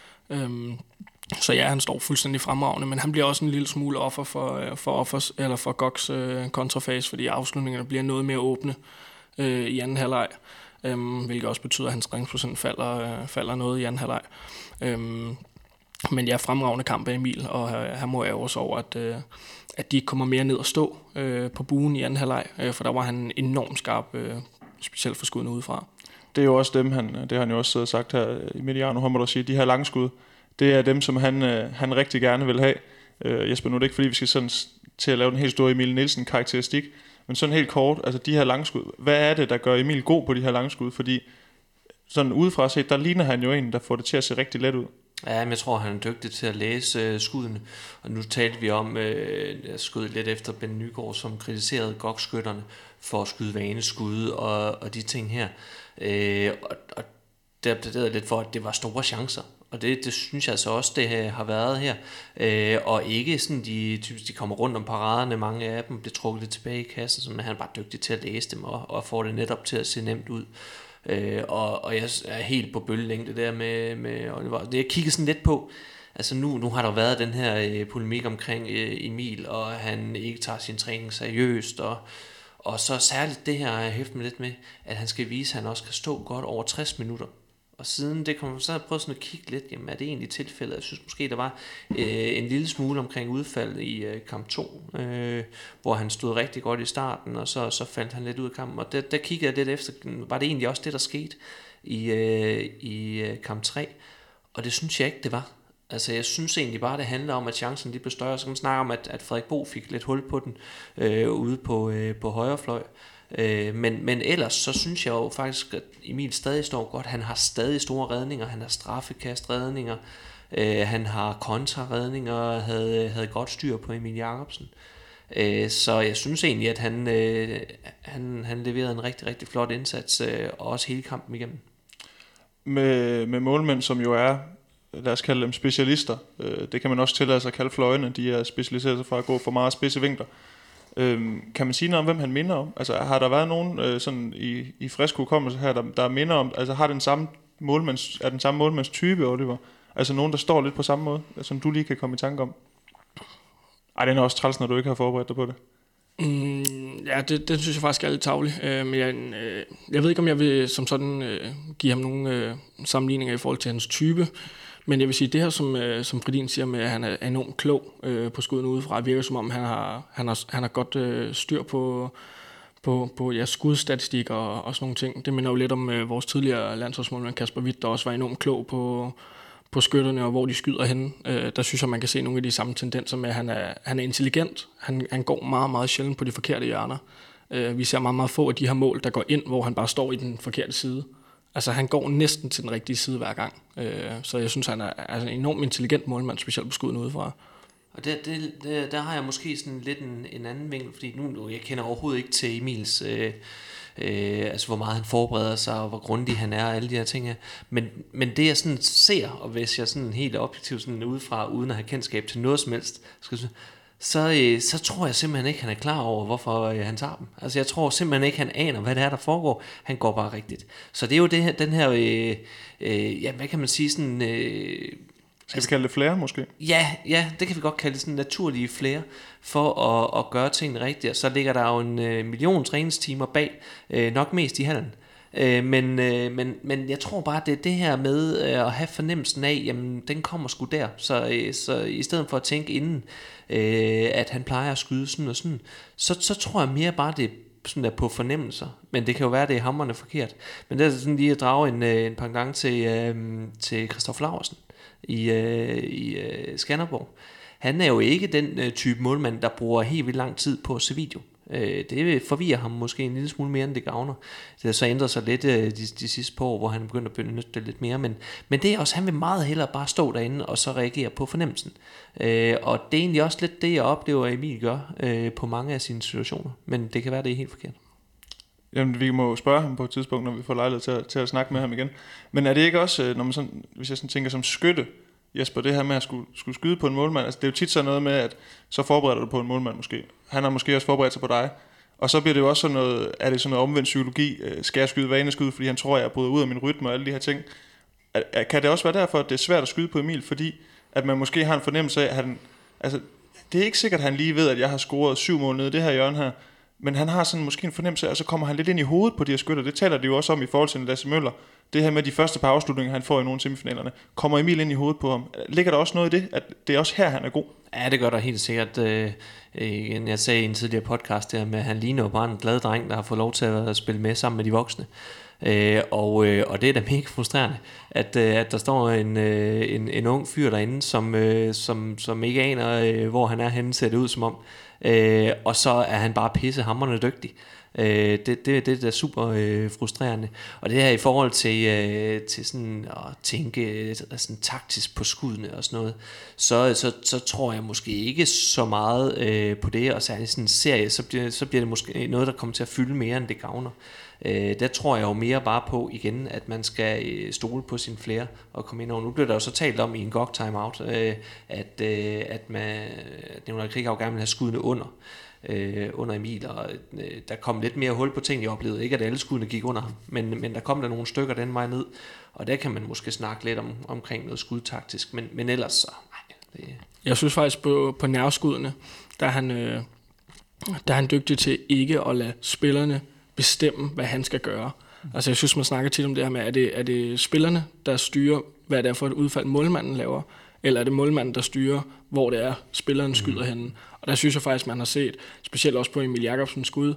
Så ja, han står fuldstændig fremragende, men han bliver også en lille smule offer for GOGs kontrafase, fordi afslutningerne bliver noget mere åbne i anden halvleg. Hvilket også betyder, at hans redningsprocent falder noget i anden halvleg. Men ja, fremragende kamp af Emil, og han må ærge sig over, at de ikke kommer mere ned og stå på buen i anden halvleg, for der var han enormt skarp, specielt for skuddene udefra. Det er jo også dem, det har han jo også sagt her i Mediano Håndbold, sige, de her langskud, det er dem, som han rigtig gerne vil have. Jesper, nu er det ikke, fordi vi skal sådan til at lave den helt store Emil Nielsen-karakteristik, men sådan helt kort, altså de her langskud, hvad er det, der gør Emil god på de her langskud? Fordi sådan udefra set, der ligner han jo en, der får det til at se rigtig let ud. Ja, men jeg tror, han er dygtig til at læse skuddene. Og nu talte vi om, jeg skød lidt efter Ben Nygaard, som kritiserede GOG-skytterne for at skyde vaneskud og de ting her. Og der plæderede lidt for, at det var store chancer. Og det synes jeg så også, det har været her. Og ikke sådan, de kommer rundt om paraderne, mange af dem bliver trukket lidt tilbage i kassen, men han er bare dygtig til at læse dem, og får det netop til at se nemt ud. Og jeg er helt på bølgelængde der med Oliver. Jeg kigger sådan lidt på, altså nu har der været den her polemik omkring Emil, og han ikke tager sin træning seriøst, og så særligt det her har jeg hæftet mig lidt med, at han skal vise, at han også kan stå godt over 60 minutter. Og siden det kom, så har jeg prøvet sådan at kigge lidt, jamen er det egentlig tilfældet? Jeg synes måske, der var en lille smule omkring udfald i kamp 2, hvor han stod rigtig godt i starten, og så faldt han lidt ud af kampen. Og der kiggede jeg lidt efter, var det egentlig også det, der skete i kamp 3? Og det synes jeg ikke, det var. Altså jeg synes egentlig bare, det handler om, at chancen lige blev større. Så kan man snakke om, at Frederik Bo fik lidt hul på den ude på højre fløj. Men ellers så synes jeg jo faktisk, at Emil stadig står godt. Han har stadig store redninger, han har straffekastredninger, han har kontraredninger, havde godt styr på Emil Jacobsen. Så jeg synes egentlig, at han leverede en rigtig, rigtig flot indsats, og også hele kampen igennem. Med målmænd, som jo er lad os kalde dem specialister. Det kan man også tillade sig at kalde fløjene. De er specialiseret sig fra at gå for meget spidse vinkler. Kan man sige noget om, hvem han minder om? Altså har der været nogen sådan i frisk hukommelse her, der minder om, altså har den samme målmands type, Oliver? Altså nogen, der står lidt på samme måde, som du lige kan komme i tanke om? Ej, den er også træls, når du ikke har forberedt dig på det. Ja, det synes jeg faktisk er lidt tarveligt. Men jeg ved ikke, om jeg vil som sådan give ham nogle sammenligninger i forhold til hans type. Men jeg vil sige, det her, som Fredin siger med, at han er enormt klog på skuden udefra, virker som om, han har godt styr på skudstatistik og sådan nogle ting. Det minder jo lidt om vores tidligere landsholdsmålmand Kasper Hvidt, der også var enormt klog på skytterne og hvor de skyder henne. Der synes jeg, man kan se nogle af de samme tendenser med, at han er intelligent. Han går meget, meget sjældent på de forkerte hjørner. Vi ser meget, meget få af de her mål, der går ind, hvor han bare står i den forkerte side. Altså han går næsten til den rigtige side hver gang. Så jeg synes, han er en enormt intelligent målmand, specielt på skuden udefra. Og der har jeg måske sådan lidt en anden vinkel, fordi nu jeg kender overhovedet ikke til Emils, altså hvor meget han forbereder sig, og hvor grundig han er, og alle de her ting her. Men det jeg sådan ser, og hvis jeg sådan helt objektivt sådan udefra, uden at have kendskab til noget som helst, så tror jeg simpelthen ikke, han er klar over, hvorfor han tager dem. Altså jeg tror simpelthen ikke, han aner, hvad det er, der foregår. Han går bare rigtigt. Så det er jo det her, den her, ja, hvad kan man sige, sådan... Skal vi kalde det flere måske? Ja, det kan vi godt kalde det sådan naturlige flere for at gøre tingene rigtigt. Og så ligger der jo 1 million træningstimer bag, nok mest i hallen. Men jeg tror bare, det er det her med at have fornemmelsen af, jamen den kommer sgu der. Så i stedet for at tænke inden, at han plejer at skyde sådan og sådan, så tror jeg mere bare, det sådan der på fornemmelser. Men det kan jo være, det er hamrende forkert. Men det er sådan lige at drage en pendant til Christopher Laursen i Skanderborg. Han er jo ikke den type målmand, der bruger helt vildt lang tid på at se video. Det forvirrer ham måske en lille smule mere, end det gavner. Det har så ændret sig lidt de sidste par år, hvor han begynder at benytte det lidt mere. Men det er også, han vil meget hellere bare stå derinde og så reagere på fornemmelsen. Og det er egentlig også lidt det, jeg oplever, at Emil gør på mange af sine situationer. Men det kan være, det er helt forkert. Jamen, vi må spørge ham på et tidspunkt, når vi får lejlighed til at snakke med ham igen. Men er det ikke også, når man sådan, hvis jeg sådan tænker som skytte, Jesper, det her med at skulle skyde på en målmand, altså det er jo tit sådan noget med, at så forbereder du på en målmand måske. Han har måske også forberedt sig på dig. Og så bliver det jo også sådan noget, er det sådan noget omvendt psykologi, skal jeg skyde vaneskud, fordi han tror, jeg er bryder ud af min rytme og alle de her ting. Kan det også være derfor, at det er svært at skyde på Emil, fordi at man måske har en fornemmelse af, at han, altså det er ikke sikkert, at han lige ved, at jeg har scoret 7 mål nede i det her hjørne her, men han har sådan måske en fornemmelse af, og så kommer han lidt ind i hovedet på de her skytter. Det taler de jo også om i forhold til Lasse Møller. Det her med de første par afslutninger, han får i nogle semifinalerne. Kommer Emil ind i hovedet på ham? Ligger der også noget i det, at det er også her, han er god? Ja, det gør der helt sikkert. Jeg sagde i en tidligere podcast der med, at han ligner jo bare en glad dreng, der har fået lov til at spille med sammen med de voksne. Og det er da mega frustrerende, at der står en ung fyr derinde, som ikke aner, hvor han er henne, ser det ud som om. Og så er han bare pissehamrende dygtig. Det er super frustrerende. Og det her i forhold til sådan at tænke sådan taktisk på skuddene og sådan noget, så tror jeg måske ikke så meget på det. Og særligt sådan en serie, så bliver det måske noget, der kommer til at fylde mere, end det gavner. Der tror jeg jo mere bare på igen, at man skal stole på sine flere og komme ind over. Nu bliver der jo så talt om i en GOG timeout, at Nicolai Krikau gerne vil have skuddene under Emil, og der kom lidt mere hul på ting, jeg oplevede. Ikke at alle skuddene gik under ham, men der kom der nogle stykker den vej ned, og der kan man måske snakke lidt omkring noget skudtaktisk, men ellers så nej. Jeg synes faktisk på nærskuddene, der er han dygtig til ikke at lade spillerne bestemme, hvad han skal gøre. Altså jeg synes, man snakker tit om det her med, er det spillerne, der styrer, hvad det er for et udfald målmanden laver, eller er det målmanden, der styrer, hvor det er, spilleren skyder henne. Og der synes jeg faktisk, man har set, specielt også på Emil Jacobsens skud,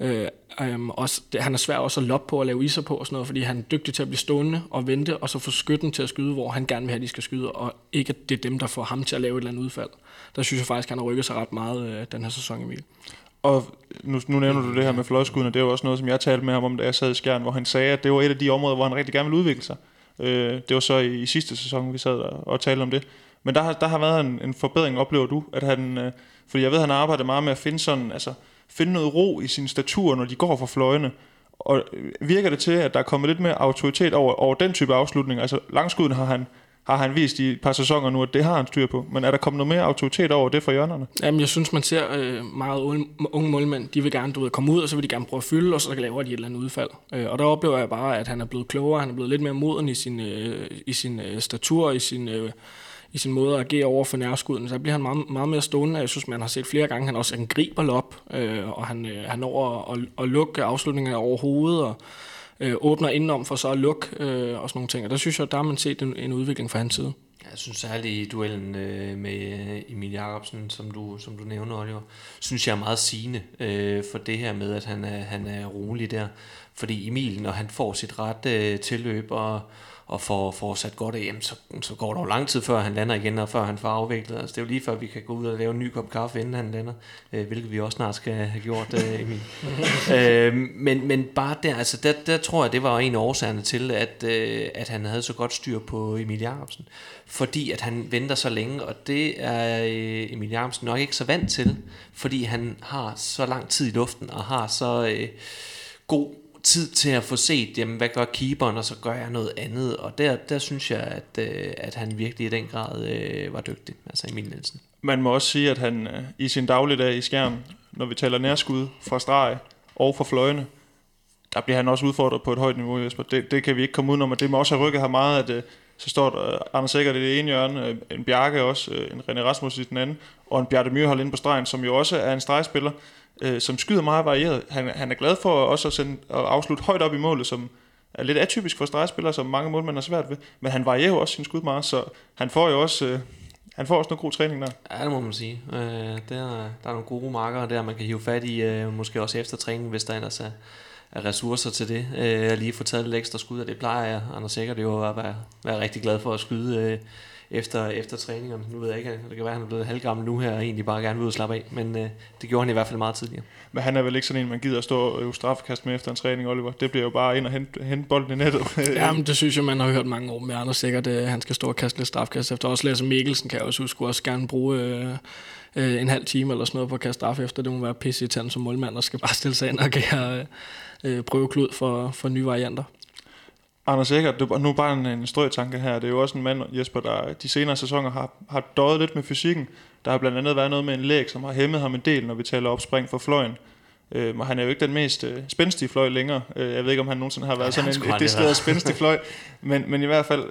han er svær også at loppe på og lave iser på og sådan noget, fordi han er dygtig til at blive stående og vente, og så få skytten til at skyde, hvor han gerne vil have, de skal skyde, og ikke at det er dem, der får ham til at lave et eller andet udfald. Der synes jeg faktisk, han har rykket sig ret meget den her sæson, Emil. Og nu nævner du det her med fløjskuddene, det er jo også noget, som jeg talte med ham om, da jeg sad i Skjern, hvor han sagde, at det var et af de områder, hvor han rigtig gerne ville udvikle sig. Det var så i sidste sæson, vi sad og talte om det. Men der har været en forbedring, oplever du, at han, fordi jeg ved, at han arbejder meget med at finde noget ro i sin statur, når de går for fløjene. Og virker det til, at der er kommet lidt mere autoritet over den type afslutning? Altså langsskuden har har han vist i et par sæsoner nu, at det har han styr på. Men er der kommet noget mere autoritet over det fra hjørnerne? Jamen, jeg synes, man ser meget unge målmænd. De vil gerne komme ud, og så vil de gerne prøve at fylde, og så laver de et eller andet udfald. Og der oplever jeg bare, at han er blevet klogere, han er blevet lidt mere moden i sin statur, i sin måde at agere over for nærskuden. Så bliver han meget, meget mere stående. Jeg synes, man har set flere gange, han griber lop, og han når at lukke afslutningen over hovedet, og åbner indenom for så at lukke og sådan nogle ting. Og der synes jeg, der har man set en udvikling fra hans side. Jeg synes særligt i duellen med Emil Jacobsen, som du nævner, Oliver, synes jeg er meget sigende for det her med, at han er rolig der. Fordi Emil, når han får sit ret tilløb og får sat godt af, så går der jo lang tid før han lander igen, og før han får afviklet. Altså, det er jo lige før vi kan gå ud og lave en ny kop kaffe, inden han lander, hvilket vi også snart skal have gjort, Emil. Men bare der, altså der tror jeg, det var en af årsagerne til, at han havde så godt styr på Emil Jacobsen. Fordi at han venter så længe, og det er Emil Jacobsen nok ikke så vant til, fordi han har så lang tid i luften, og har så god tid til at få set, jamen, hvad gør keeperen, og så gør jeg noget andet. Og der synes jeg, at han virkelig i den grad var dygtig, altså Emil Nielsen. Man må også sige, at han i sin dagligdag i Skjern, når vi taler nærskud fra streg og fra fløjene, der bliver han også udfordret på et højt niveau, Jesper. Det kan vi ikke komme udenom, og det må også have rykket ham meget, at så står der Anders Eggert i det ene hjørne, en Bjarke også, en René Rasmus i den anden, og en Bjarte Myrhold inde på stregen, som jo også er en stregspiller, som skyder meget varieret. Han er glad for også at afslutte højt op i målet, som er lidt atypisk for stregspillere, som mange målmænd har svært ved, men han varierer jo også sin skud meget, så han får jo også noget god træning der. Ja, det må man sige. Der er nogle gode markere der, man kan hive fat i, måske også efter træningen, hvis der ellers er ressourcer til det. Lige få taget lidt ekstra skud, og det plejer jeg, Anders Eggert, jo at være rigtig glad for at skyde efter træningerne. Nu ved jeg ikke, det kan være, at han er blevet halvgammel nu her, og egentlig bare gerne vil ud og slappe af, men det gjorde han i hvert fald meget tidligere. Men han er vel ikke sådan en, man gider at stå og straffekast med efter en træning, Oliver? Det bliver jo bare ind og hente bolden i nettet. Jamen, det synes jeg, man har hørt mange år med Anders Eggert, han skal stå og kaste lidt strafkast efter. Også Lasse Mikkelsen kan jeg også huske, også gerne bruge en halv time eller sådan noget på at kaste straf efter. Det må være pisse i tanden som målmand, og skal bare stille sig ind og gøre prøveklud for nye varianter. Anders Eggert, nu bare en strøtanke her, det er jo også en mand, Jesper, der de senere sæsoner har døjet lidt med fysikken. Der har blandt andet været noget med en læg, som har hæmmet ham en del, når vi taler opspring for fløjen. Og han er jo ikke den mest spændstige fløj længere. Jeg ved ikke, om han nogensinde har været sådan en decideret spændstig fløj, men i hvert fald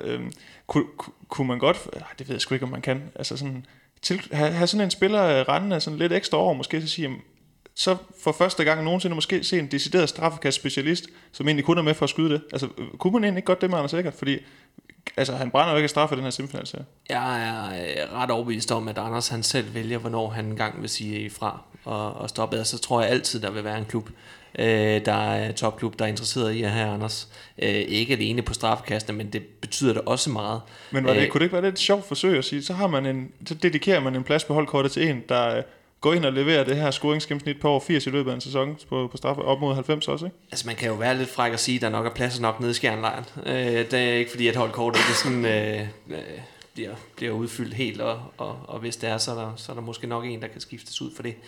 kunne man godt, det ved jeg sgu ikke, om man kan, altså sådan, have sådan en spiller rendende sådan lidt ekstra år, måske så sige, så for første gang nogensinde måske se en decideret straffekast-specialist, som egentlig kun er med for at skyde det. Altså, kunne man egentlig ikke godt det med Anders Eggert? Fordi altså, han brænder jo ikke straffe den her semifinalserie. Jeg er ret overbevist om, at Anders han selv vælger, hvornår han engang vil sige ifra og stoppe. Så tror jeg altid, der vil være en klub, der er topklub, der er interesseret i at have Anders. Ikke alene på straffekastene, men det betyder det også meget. Men kunne det ikke være lidt sjovt forsøg at sige, så dedikerer man en plads på holdkortet til en, der gå ind og levere det her scoringsgennemsnit på over 80 i løbet af en sæson på straffe op mod 90 også, ikke? Altså man kan jo være lidt fræk at sige, at der nok er pladser nok nede i Skjernlejren. Det er ikke fordi, at holdkortet det sådan, bliver udfyldt helt, og hvis det er, så er der måske nok en, der kan skiftes ud for det.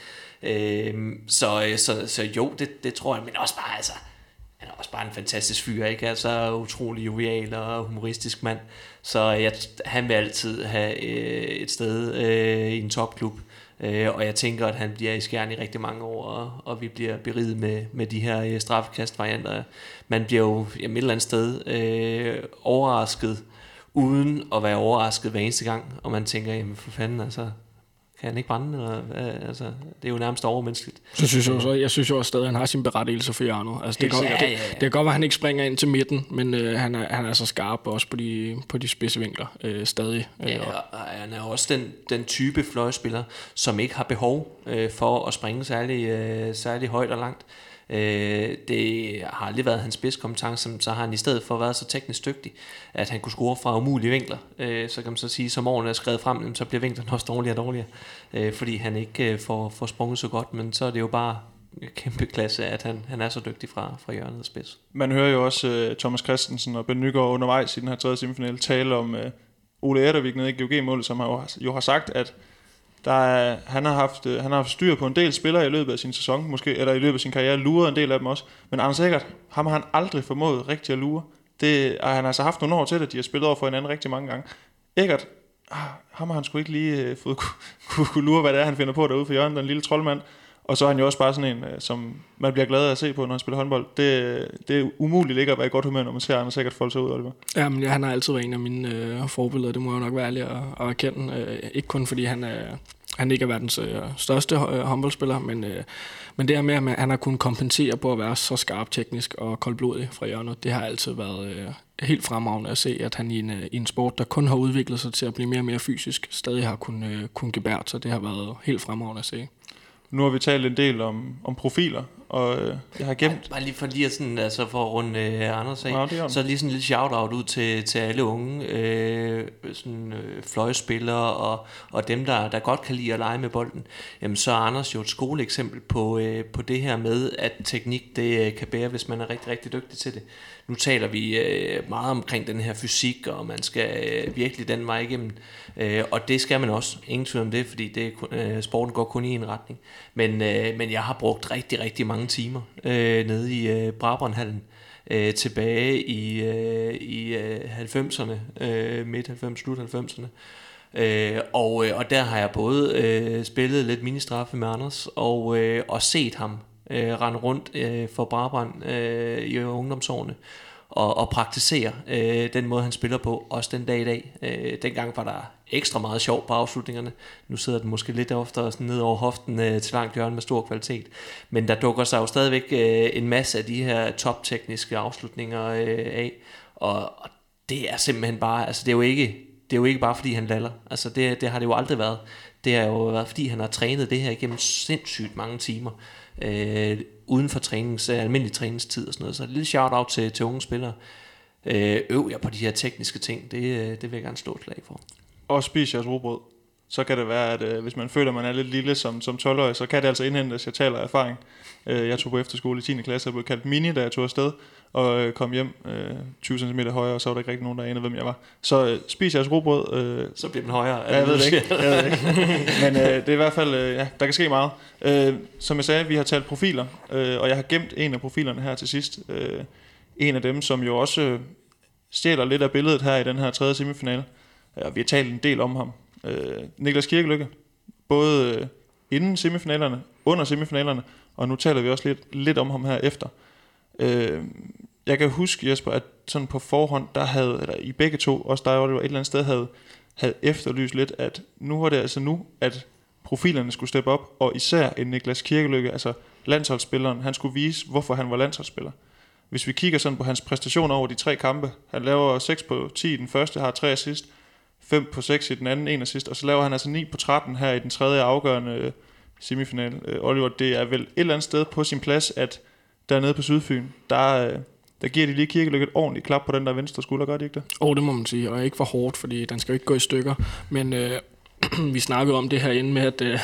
Så jo, det tror jeg, men også bare, altså, han er også bare en fantastisk fyr, ikke? Altså utrolig jovial og humoristisk mand. Så han vil altid have et sted i en topklub. Og jeg tænker, at han bliver i Skjern i rigtig mange år, og vi bliver beriget med de her straffekastvarianter. Man bliver jo et eller andet sted overrasket, uden at være overrasket hver eneste gang, og man tænker, jamen for fanden, altså, kan han ikke brænde? Eller, altså, det er jo nærmest overmenneskeligt. Jeg synes jo også stadig, at han har sin berettigelse for hjørnet. Altså, det kan godt være, at han ikke springer ind til midten, men han er så skarp også på de spidse vinkler stadig. Ja, og han er også den type fløjspiller, som ikke har behov for at springe særlig højt og langt. Det har aldrig været hans spidskompetence, så har han i stedet for været så teknisk dygtig, at han kunne score fra umulige vinkler. Så kan man så sige, som årene er skrevet frem, så bliver vinklerne også dårligere og dårligere, fordi han ikke får sprunget så godt, men så er det jo bare kæmpe klasse, at han er så dygtig fra hjørnet og spids. Man hører jo også Thomas Christensen og Ben Nygaard undervejs i den her tredje semifinale tale om Ole Edervik nede i GOG-målet, som jo har sagt, at han har haft styr på en del spillere i løbet af sin sæson, måske, eller i løbet af sin karriere, luret en del af dem også. Men Anders Eggert, ham har han aldrig formået rigtig at lure. Og han har altså haft nogle år til det, de har spillet over for hinanden rigtig mange gange. Eggert, ham har han sgu ikke lige fået kunne lure, hvad det er, han finder på derude for hjørnet, den lille troldmand. Og så er han jo også bare sådan en, som man bliver glad af at se på, når han spiller håndbold. Det er umuligt ikke at være i godt humør, når man ser Anders Eggert folde sig ud, Oliver. Ja, men han har altid været en af mine forbilleder, det må jeg nok være ærlig at erkende. Ikke kun fordi han ikke er verdens største håndboldspiller, men det her med, at han har kunnet kompensere på at være så skarp teknisk og koldblodig fra hjørnet, det har altid været helt fremragende at se, at han i en sport, der kun har udviklet sig til at blive mere og mere fysisk, stadig har kunnet gebære, så det har været helt fremragende at se. Nu har vi talt en del om profiler, og jeg har gemt... Bare lige for lige sådan, altså for at runde Anders af, så lige sådan en lille shout-out ud til alle unge fløjspillere og dem, der godt kan lide at lege med bolden. Jamen, så er Anders jo et skoleeksempel på det her med, at teknik det kan bære, hvis man er rigtig, rigtig dygtig til det. Nu taler vi meget omkring den her fysik, og man skal virkelig den vej igennem. Og det skal man også. Ingen tvivl om det, fordi sporten går kun i en retning. Men jeg har brugt rigtig, rigtig mange timer nede i Brabrandhallen tilbage i 90'erne, midt 90'erne, slut 90'erne. Og der har jeg både spillet lidt ministraffe med Anders og set ham rende rundt for Brabrand i ungdomsårene og praktisere den måde han spiller på også den dag i dag. Dengang var der ekstra meget sjov på afslutningerne. Nu sidder den måske lidt oftere sådan ned over hoften til langt hjørne med stor kvalitet. Men der dukker sig jo stadigvæk en masse af de her toptekniske afslutninger af. Og det er simpelthen bare, altså det er jo ikke bare fordi han laller. Altså det har det jo aldrig været. Det har jo været fordi han har trænet det her igennem sindssygt mange timer. Uden for almindelig træningstid og sådan noget. Så et lille shout-out til unge spillere. Øv jer på de her tekniske ting. Det vil jeg gerne slå et slag for. Og spis jeres rugbrød. Så kan det være, at hvis man føler, at man er lidt lille som 12-årig, så kan det altså indhentes. Jeg taler af erfaring. Jeg tog på efterskole i 10. klasse, og blev kaldt mini, da jeg tog afsted, og kom hjem 20 cm højere, og så var der ikke rigtig nogen, der anede, hvem jeg var. Så spis jeres rugbrød. Så bliver den højere. Ja, jeg ved det ikke. Men det er i hvert fald, der kan ske meget. Som jeg sagde, vi har talt profiler, og jeg har gemt en af profilerne her til sidst. En af dem, som jo også stjæler lidt af billedet her i den her tredje semifinale. Vi har talt en del om ham. Niklas Kirkelykke, både inden semifinalerne, under semifinalerne, og nu taler vi også lidt om ham her efter. Jeg kan huske, Jesper, at sådan på forhånd, der havde, eller i begge to, også der var et eller andet sted, havde efterlyst lidt, at nu var det altså nu, at profilerne skulle steppe op, og især en Niklas Kirkelykke, altså landsholdsspilleren, han skulle vise, hvorfor han var landsholdsspiller. Hvis vi kigger sådan på hans præstationer over de 3 kampe, han laver 6 på 10 i den første, har 3 assist, 5 på 6 i den anden, 1 assist, og så laver han altså 9 på 13 her i den tredje afgørende semifinal. Oliver, det er vel et eller andet sted på sin plads, at dernede på Sydfyn, der giver de lige Kirkelykke et ordentligt klap på den der venstre skulder, gør de ikke det? Det må man sige, og ikke for hårdt, fordi den skal jo ikke gå i stykker. Men vi snakkede om det her inden med, at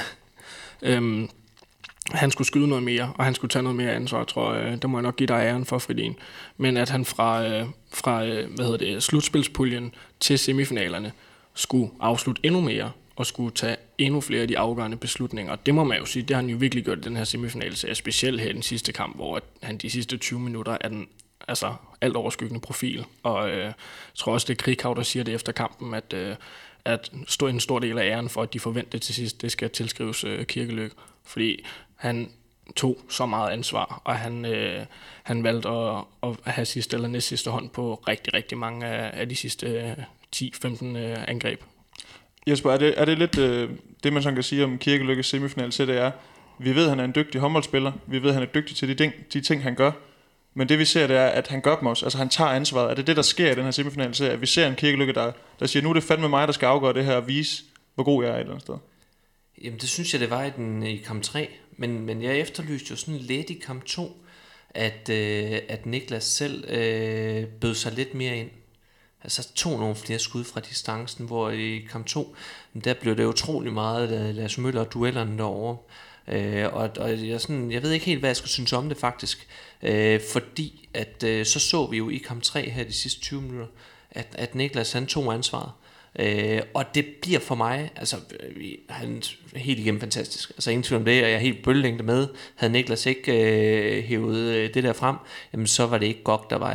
han skulle skyde noget mere, og han skulle tage noget mere ansvar, tror jeg. Der må jeg nok give dig æren for, Fridén. Men at han fra slutspilspuljen til semifinalerne skulle afslutte endnu mere, og skulle tage endnu flere af de afgørende beslutninger. Det må man jo sige, det har han jo virkelig gjort i den her semifinale, specielt her i den sidste kamp, hvor han de sidste 20 minutter er den alt overskyggende profil. Og jeg tror også, det er Krikau, der siger det efter kampen, at en stor del af æren for, at de forventede til sidst, det skal tilskrives Kirkelykke, fordi han tog så meget ansvar, og han valgte at have sidste eller næst sidste hånd på rigtig, rigtig mange af de sidste 10-15 angreb. Jesper, er det lidt det, man sådan kan sige om Kirkelykkes semifinal til, det er, vi ved, at han er en dygtig håndboldspiller, vi ved, at han er dygtig til de ting, han gør, men det vi ser, det er, at han gør dem også, altså han tager ansvaret. Er det det, der sker i den her semifinal, så at vi ser en Kirkelykke, der siger, nu er det fandme mig, der skal afgøre det her, og vise, hvor god jeg er et eller andet sted? Jamen det synes jeg, det var i kamp 3, men jeg efterlyste jo sådan lidt i kamp 2, at Niklas selv bød sig lidt mere ind. Altså tog nogle flere skud fra distancen, hvor i kamp 2, der blev det utrolig meget Lars Møller og duellerne derovre. Jeg ved ikke helt, hvad jeg skal synes om det faktisk, fordi at så vi jo i kamp 3 her de sidste 20 minutter, at Niklas han tog ansvaret. Og det bliver for mig, altså han er helt igennem fantastisk. Altså ingen tvivl om det, og jeg er helt bølgelængde med. Havde Niklas ikke hævet det der frem, jamen så var det ikke godt, der var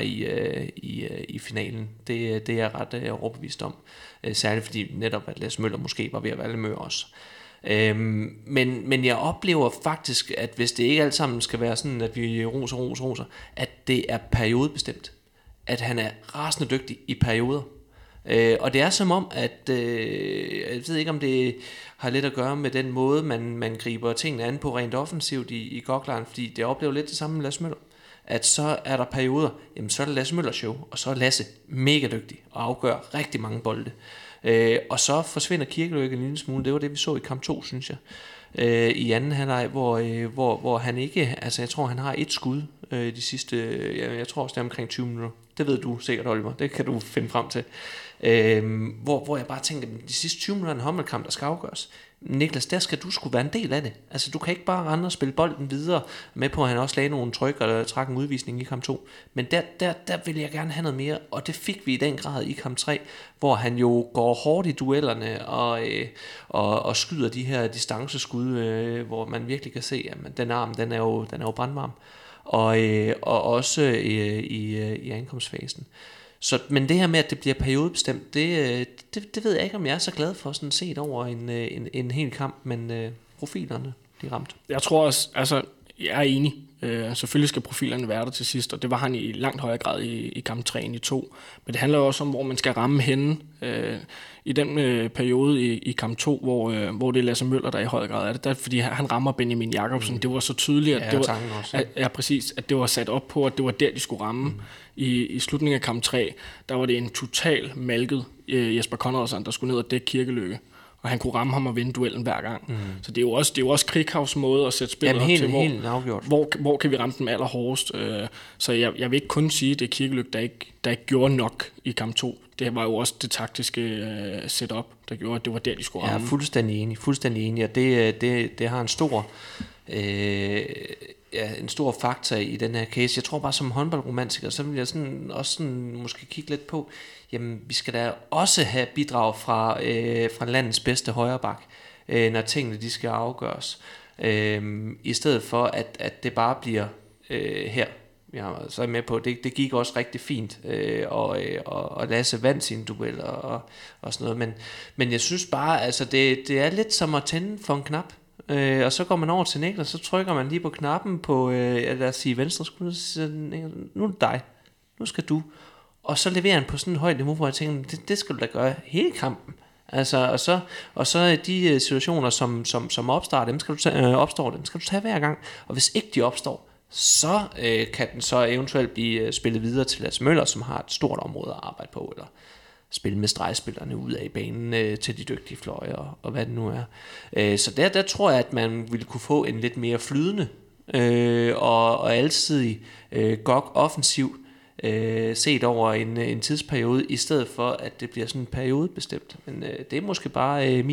i finalen. Det er jeg ret overbevist om. Særligt fordi netop, at Lasse Møller måske var ved at valgmøre også. Men jeg oplever faktisk, at hvis det ikke alt sammen skal være sådan, at vi roser, at det er periodebestemt. At han er rasende dygtig i perioder. Og det er som om, at jeg ved ikke, om det har lidt at gøre med den måde, man griber tingene an på rent offensivt i Gokland, fordi det oplever lidt det samme med Lasse Møller. At så er der perioder, jamen så er det Lasse Møller show, og så er Lasse mega dygtig og afgør rigtig mange bolde. Og så forsvinder Kirkeløkke en lille smule. Det var det vi så i kamp 2, synes jeg, i anden halvleg, hvor han ikke, altså jeg tror han har et skud de sidste, jeg tror også det er omkring 20 minutter. Det ved du sikkert, Oliver, det kan du finde frem til. Hvor jeg bare tænker, de sidste 20 minutter af en håndboldkamp, der skal afgøres, Niklas, der skal du sgu være en del af det. Altså du kan ikke bare rende og spille bolden videre, med på at han også lagde nogle tryk og trak en udvisning i kamp 2. Men der vil jeg gerne have noget mere, og det fik vi i den grad i kamp 3, hvor han jo går hårdt i duellerne og skyder de her distanceskud, hvor man virkelig kan se, at den arm, den er jo brandvarm. Og også i ankomstfasen. Så, men det her med, at det bliver periodebestemt, det ved jeg ikke, om jeg er så glad for, sådan set over en hel kamp, men profilerne, de ramt. Jeg tror også, altså, jeg er enig. Selvfølgelig skal profilerne være der til sidst, og det var han i langt højere grad i kamp 3 end i 2. Men det handler jo også om, hvor man skal ramme henne. I den periode i kamp 2, hvor det er Lasse Møller, der i høj grad er det, der, fordi han rammer Benjamin Jakobsen. Det var så tydeligt, at, præcis, at det var sat op på, at det var der, de skulle ramme. I slutningen af kamp 3, der var det en total malket Jesper Conradsen, der skulle ned og dække Kirkeløkke. Og han kunne ramme ham og vinde duellen hver gang. Så det er jo også Krighavs måde at sætte spillet op til, hvor kan vi ramme dem allerhårdest. Så jeg vil ikke kun sige, at det er Kirkeløk, der ikke gjorde nok i kamp 2. Det var jo også det taktiske setup, der gjorde, at det var der, de skulle ramme. Jeg er fuldstændig enig, og det har en stor... en stor faktor i den her case. Jeg tror bare som håndboldromantiker, så vil jeg også måske kigge lidt på, jamen vi skal da også have bidrag fra landets bedste højreback, når tingene de skal afgøres. I stedet for at det bare bliver her. Så er med på, det gik også rigtig fint, og Lasse vandt sine dueller og sådan noget, men jeg synes bare, altså det er lidt som at tænde for en knap. Og så går man over til Niklas, så trykker man lige på knappen på, lad os sige venstre skud, nu er det dig, nu skal du, og så leverer han på sådan et højt niveau, hvor jeg tænker, det skal du da gøre hele kampen. Altså, og så de situationer, som opstår, dem skal du tage hver gang, og hvis ikke de opstår, så kan den så eventuelt blive spillet videre til Lasse Møller, som har et stort område at arbejde på, eller spille med stregspillerne ud af banen til de dygtige fløje og hvad det nu er. Så der tror jeg, at man ville kunne få en lidt mere flydende og alsidig GOG offensiv set over en tidsperiode, i stedet for at det bliver sådan en periode bestemt. Men det er måske bare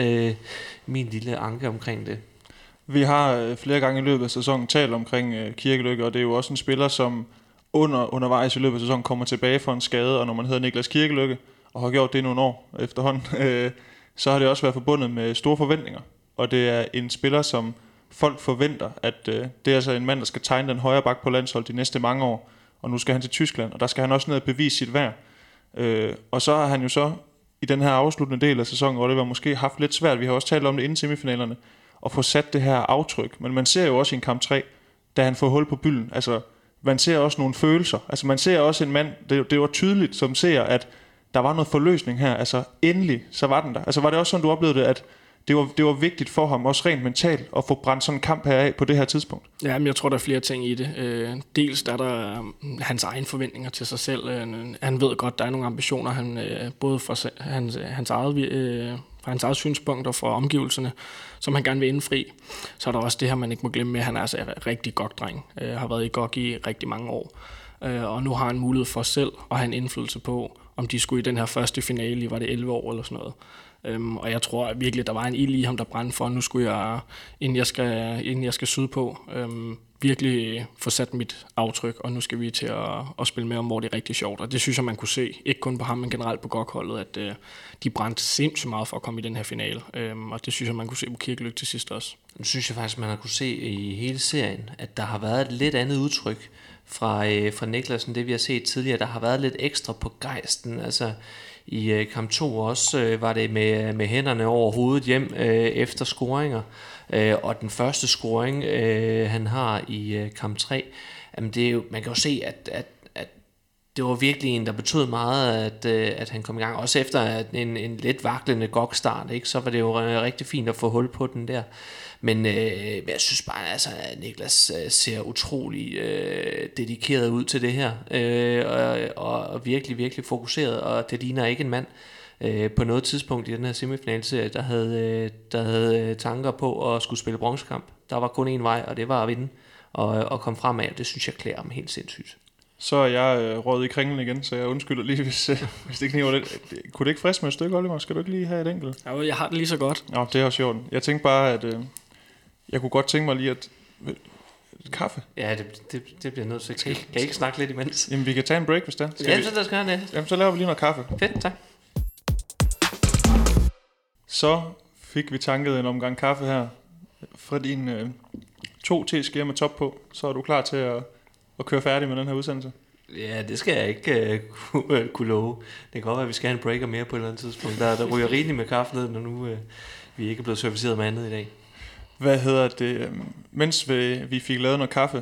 min lille anke omkring det. Vi har flere gange i løbet af sæsonen talt omkring Kirkeløkke, og det er jo også en spiller, som undervejs i løbet af sæsonen kommer tilbage fra en skade, og når man hedder Niklas Kirkeløkke, og har gjort det nogle år efterhånden, så har det også været forbundet med store forventninger. Og det er en spiller, som folk forventer, at det er altså en mand, der skal tegne den højre bak på landshold de næste mange år, og nu skal han til Tyskland, og der skal han også ned og bevise sit værd. Og så har han jo så i den her afsluttende del af sæsonen, hvor det var måske haft lidt svært, vi har også talt om det inden semifinalerne, at få sat det her aftryk. Men man ser jo også i en kamp 3, da han får hul på bylden, altså man ser også nogle følelser. Altså man ser også en mand, det var tydeligt som ser, at der var noget forløsning her. Altså endelig, så var den der. Altså var det også sådan, du oplevede det, at det var vigtigt for ham, også rent mentalt, at få brændt sådan en kamp her af på det her tidspunkt? Ja, men jeg tror, der er flere ting i det. Dels der er der hans egne forventninger til sig selv. Han ved godt, der er nogle ambitioner, både fra hans eget synspunkt og fra omgivelserne, som han gerne vil indfri. Så er der også det her, man ikke må glemme med, han er altså en rigtig GOG-dreng. Har været i GOG i rigtig mange år. Og nu har han mulighed for selv at have en indflydelse på, om de skulle i den her første finale, var det 11 år eller sådan noget. Og jeg tror at virkelig, der var en ild i ham, der brændte for, nu skulle jeg, inden jeg skal sydpå, virkelig få sat mit aftryk, og nu skal vi til at spille med om, hvor det er rigtig sjovt. Og det synes jeg, man kunne se, ikke kun på ham, men generelt på GOG-holdet, at de brændte sindssygt meget for at komme i den her finale. Og det synes jeg, man kunne se på Kirkelykke til sidst også. Nu synes jeg faktisk, man har kunne se i hele serien, at der har været et lidt andet udtryk fra Niklas, end det vi har set tidligere. Der har været lidt ekstra på gejsten, altså i kamp 2 også var det med hænderne over hovedet hjem efter scoringer. Og den første scoring, han har i kamp 3, jamen det er jo, man kan jo se, at det var virkelig en, der betød meget, at han kom i gang. Også efter en lidt vaklende GOG-start, ikke? Så var det jo rigtig fint at få hul på den der. Men jeg synes bare, altså, at Niklas ser utrolig dedikeret ud til det her, og virkelig, virkelig fokuseret, og det ligner ikke en mand på noget tidspunkt i den her semifinalserie, der havde tanker på at skulle spille bronzekamp. Der var kun én vej, og det var at vinde og komme fremad, og det synes jeg klæder ham helt sindssygt. Så er jeg røget i kringlen igen, så jeg undskylder lige, hvis det kniver lidt. Kunne det ikke friske med et stykke, Oliver? Skal du ikke lige have et enkelt? Ja, jeg har det lige så godt. Nå, det er også sjovt. Jeg tænkte bare, at jeg kunne godt tænke mig lige at kaffe. Ja, det bliver nødt til. Kan I ikke snakke lidt imens? Jamen, vi kan tage en break, hvis det er. Ja, så der skal han det. Jamen, så laver vi lige noget kaffe. Fedt, tak. Så fik vi tanket en omgang kaffe her. Fra din 2 teskeer med top på, så er du klar til at køre færdig med den her udsendelse. Ja, det skal jeg ikke kunne love. Det kan godt være, at vi skal have en breaker mere på et eller andet tidspunkt. Der ryger rigeligt med kaffe ned, når nu vi ikke er blevet serviceret med andet i dag. Hvad hedder det? Mens vi fik lavet noget kaffe,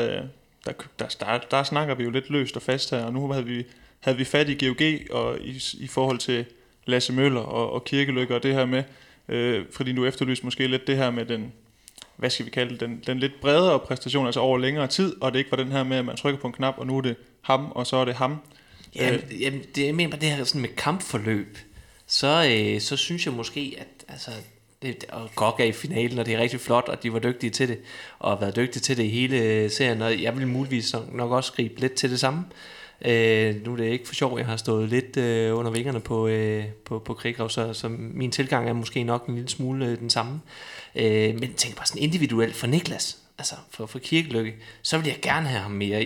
der snakker vi jo lidt løst og fast her, og nu havde vi fat i GOG og i forhold til Lasse Møller og Kirkelykke og det her med, fordi du efterlyste måske lidt det her med den, hvad skal vi kalde det, den lidt bredere præstation, altså over længere tid, og det ikke var den her med, at man trykker på en knap, og nu er det ham, og så er det ham. Jamen, jeg mener det her sådan med kampforløb, så synes jeg måske, at altså, og GOG er i finalen, og det er rigtig flot, og de var dygtige til det, og har været dygtige til det i hele serien, og jeg vil muligvis nok også gribe lidt til det samme. Nu er det ikke for sjov, jeg har stået lidt under vingerne på Krikau, så min tilgang er måske nok en lille smule den samme. Men tænk bare sådan individuelt for Niklas, altså for Kirkelykke, så vil jeg gerne have ham mere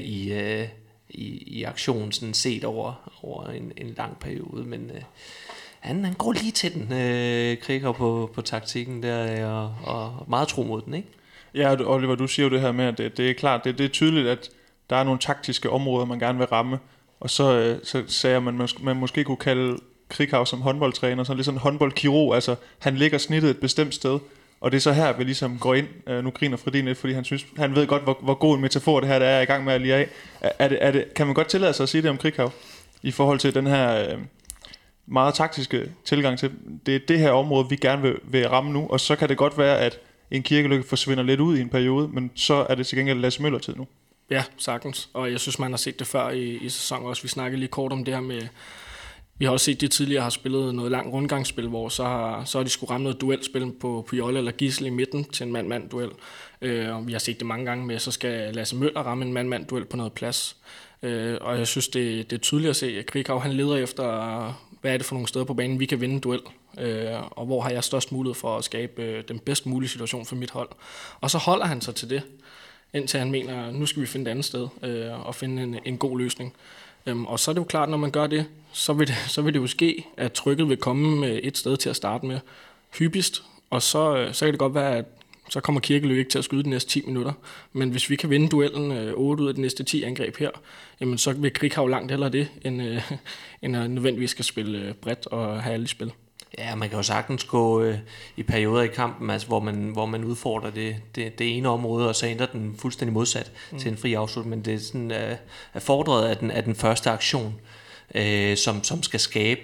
i aktion, sådan set over en lang periode, men han går lige til den, Krikau på taktikken der, og meget tro mod den, ikke? Ja, Oliver, du siger jo det her med, at det er klart, det er tydeligt, at der er nogle taktiske områder, man gerne vil ramme, og så sagde man måske kunne kalde Krikau som håndboldtræner, sådan lidt sådan en håndboldkirurg, altså han ligger snittet et bestemt sted, og det er så her, vi ligesom går ind, nu griner Fredin lidt, fordi han ved godt, hvor god en metafor det her der er i gang med at lige af. Kan man godt tillade sig at sige det om Krikau, i forhold til den her meget taktiske tilgang til, det er det her område, vi gerne vil ramme nu, og så kan det godt være, at en Kirkelykke forsvinder lidt ud i en periode, men så er det til gengæld Lasse Møller tid nu. Ja, sagtens. Og jeg synes, man har set det før i sæsonen også. Vi snakkede lige kort om det her med, vi har også set det tidligere, har spillet noget langt rundgangsspil, hvor så har de skulle ramme noget duelspil på Jolle eller Gisle i midten til en mand-mand-duel. Og vi har set det mange gange med, så skal Lasse Møller ramme en mand-mand-duel på noget plads. Og jeg synes, det er tydeligt at se, at Krikau han leder efter, hvad er det for nogle steder på banen, vi kan vinde en duel, og hvor har jeg størst mulighed for at skabe den bedst mulige situation for mit hold. Og så holder han sig til det, indtil han mener, nu skal vi finde et andet sted og finde en god løsning. Og så er det jo klart, når man gør det, så vil det jo ske, at trykket vil komme et sted til at starte med hyppigst, og så kan det godt være, at så kommer Kirkelykke ikke til at skyde de næste 10 minutter. Men hvis vi kan vinde duellen 8 ud af de næste 10 angreb her, jamen så vil Krikau langt hellere det, end at nødvendigvis skal spille bredt og have alle i spil. Ja, man kan jo sagtens gå i perioder i kampen, altså, hvor man udfordrer det ene område, og så ændrer den fuldstændig modsat til en fri afslutning. Men det er sådan er fordret af den første aktion, som skal skabe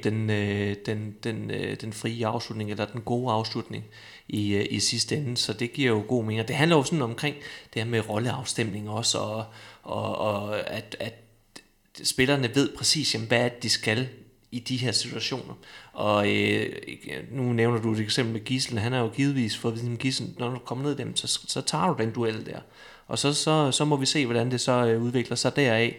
den frie afslutning, eller den gode afslutning i sidste ende. Så det giver jo god mening. Det handler jo sådan omkring det her med rolleafstemning også, og at spillerne ved præcis, jamen, hvad de skal i de her situationer. Og nu nævner du et eksempel med Gisle. Han er jo givetvis for at vide, Gisle, når du kommer ned i dem, så tager du den duel der. Og så må vi se, hvordan det så udvikler sig deraf.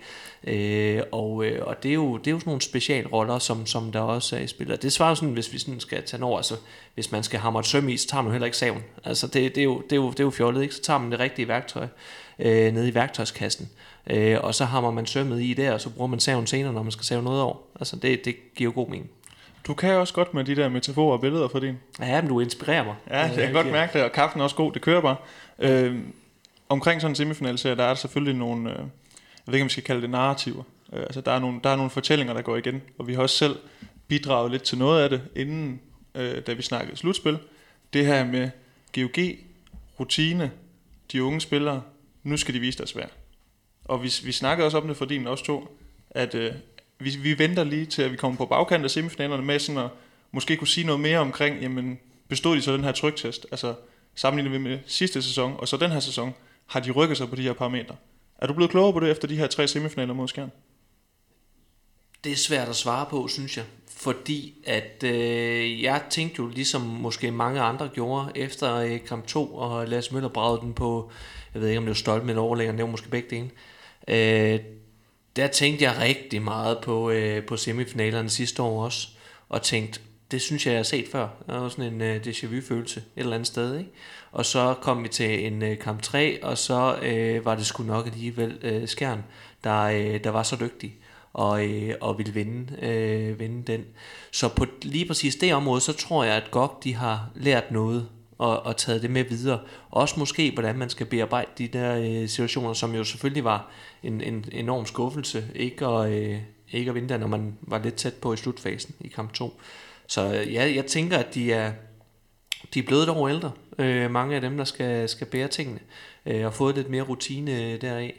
Og det er jo sådan nogle specialroller, som der også er i spillet. Det svarer sådan, hvis vi sådan skal tage over, altså hvis man skal hamre et søm i, så tager man heller ikke saven. Altså det er jo fjollet, ikke? Så tager man det rigtige værktøj nede i værktøjskassen. Og så hammer man sømmet i der, og så bruger man saven senere, når man skal save noget over. Altså det giver jo god mening. Du kan også godt med de der metaforer og billeder for din. Ja, men du inspirerer mig. Ja, jeg kan godt mærke det, og kaffen er også god, det kører bare. Omkring sådan en semifinalserie, der er der selvfølgelig nogle, jeg ved ikke om vi skal kalde det narrativer. Altså der er nogle fortællinger, der går igen, og vi har også selv bidraget lidt til noget af det, inden da vi snakkede slutspil. Det her med GOG, rutine, de unge spillere, nu skal de vise deres værd. Og vi snakkede også om det for din også to, at vi venter lige til, at vi kommer på bagkant af semifinalerne med sådan at måske kunne sige noget mere omkring, jamen bestod de så den her tryktest, altså sammenlignet med sidste sæson, og så den her sæson, har de rykket sig på de her parametre. Er du blevet klogere på det efter de her 3 semifinaler mod Skjern? Det er svært at svare på, synes jeg. Fordi at jeg tænkte jo, ligesom måske mange andre gjorde, efter kamp 2, og Lasse Møller bragede den på, jeg ved ikke om det var Stolpe med overlæggeren, det var måske begge dele. Der tænkte jeg rigtig meget på semifinalerne sidste år også, og tænkte, det synes jeg har set før. Der var sådan en déjà vu-følelse et eller andet sted, ikke? Og så kom vi til en kamp 3, og så var det sgu nok alligevel Skjern, der var så dygtig og ville vinde den. Så på lige præcis det område, så tror jeg, at GOG de har lært noget og taget det med videre. Også måske, hvordan man skal bearbejde de der situationer, som jo selvfølgelig var en enorm skuffelse, ikke at vinde der, når man var lidt tæt på i slutfasen i kamp 2. Så ja, jeg tænker, at de er blevet et år ældre. Mange af dem, der skal bære tingene, og fået lidt mere rutine deraf.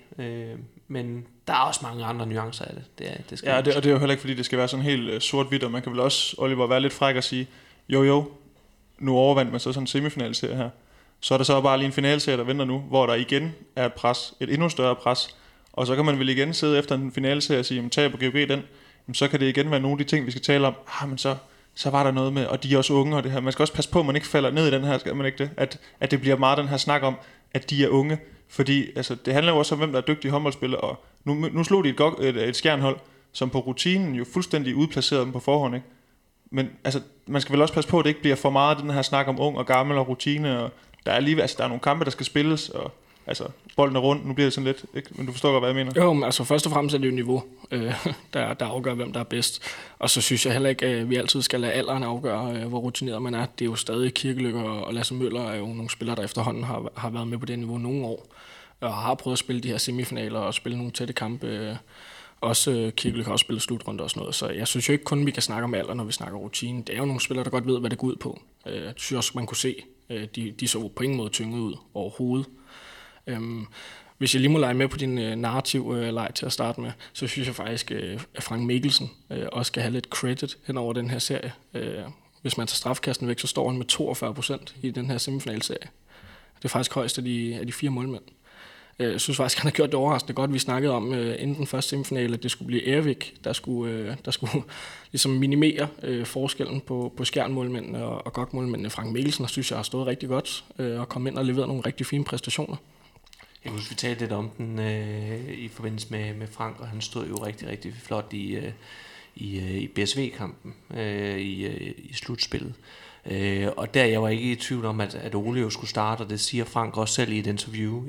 Men der er også mange andre nuancer af det. Og det er jo heller ikke, fordi det skal være sådan helt sort-hvidt, og man kan vel også, Oliver, være lidt fræk og sige, jo, nu overvandt man så sådan en semifinalserie her. Så er der så bare lige en finalserie, der venter nu, hvor der igen er et pres, et endnu større pres. Og så kan man vel igen sidde efter en finalserie og sige, jamen tag på GOG den, jamen, så kan det igen være nogle af de ting, vi skal tale om. Men så var der noget med, og de er også unge, og det her. Man skal også passe på, at man ikke falder ned i den her, skal man ikke det? At det bliver meget den her snak om, at de er unge. Fordi altså, det handler jo også om, hvem der er dygtige håndboldspillere, og nu slog de et Skjernhold, som på rutinen jo fuldstændig udplacerede dem på forhånd, ikke? Men altså, man skal vel også passe på, at det ikke bliver for meget den her snak om ung og gammel og rutine, og der er nogle kampe, der skal spilles, og altså, bolden er rundt, nu bliver det sådan lidt, ikke? Men du forstår godt, hvad jeg mener. Jo, men altså først og fremmest er det jo niveau, der afgør, hvem der er bedst. Og så synes jeg heller ikke, at vi altid skal lade alderen afgøre, hvor rutineret man er. Det er jo stadig Kirkelykke og Lasse Møller er jo nogle spillere, der efterhånden har været med på det niveau nogle år, og har prøvet at spille de her semifinaler og spille nogle tætte kampe. Også Kirkelykke har også spillet slutrunde og sådan noget, så jeg synes jo ikke kun, vi kan snakke om alder, når vi snakker rutine. Det er jo nogle spillere, der godt ved, hvad det går ud på. Jeg synes også, man kunne se, de så på ingen måde tynget ud overhovedet. Hvis jeg lige må lege med på din narrativ-leg til at starte med, så synes jeg faktisk, at Frank Mikkelsen også skal have lidt credit hen over den her serie. Hvis man tager strafkasten væk, så står han med 42% i den her semifinalserie. Det er faktisk højst af de 4 målmænd. Jeg synes faktisk, han har gjort det overraskende godt. Vi snakkede om inden den første semifinale, at det skulle blive Ervik, der skulle ligesom minimere forskellen på Skjern-målmændene og GOG-målmændene. Frank Mikkelsen, synes jeg, har stået rigtig godt og kommet ind og leveret nogle rigtig fine præstationer. Jeg husker, vi talte lidt om den i forbindelse med Frank, og han stod jo rigtig, rigtig flot i BSV-kampen i slutspillet. Og der jeg var ikke i tvivl om, at Ole jo skulle starte, og det siger Frank også selv i et interview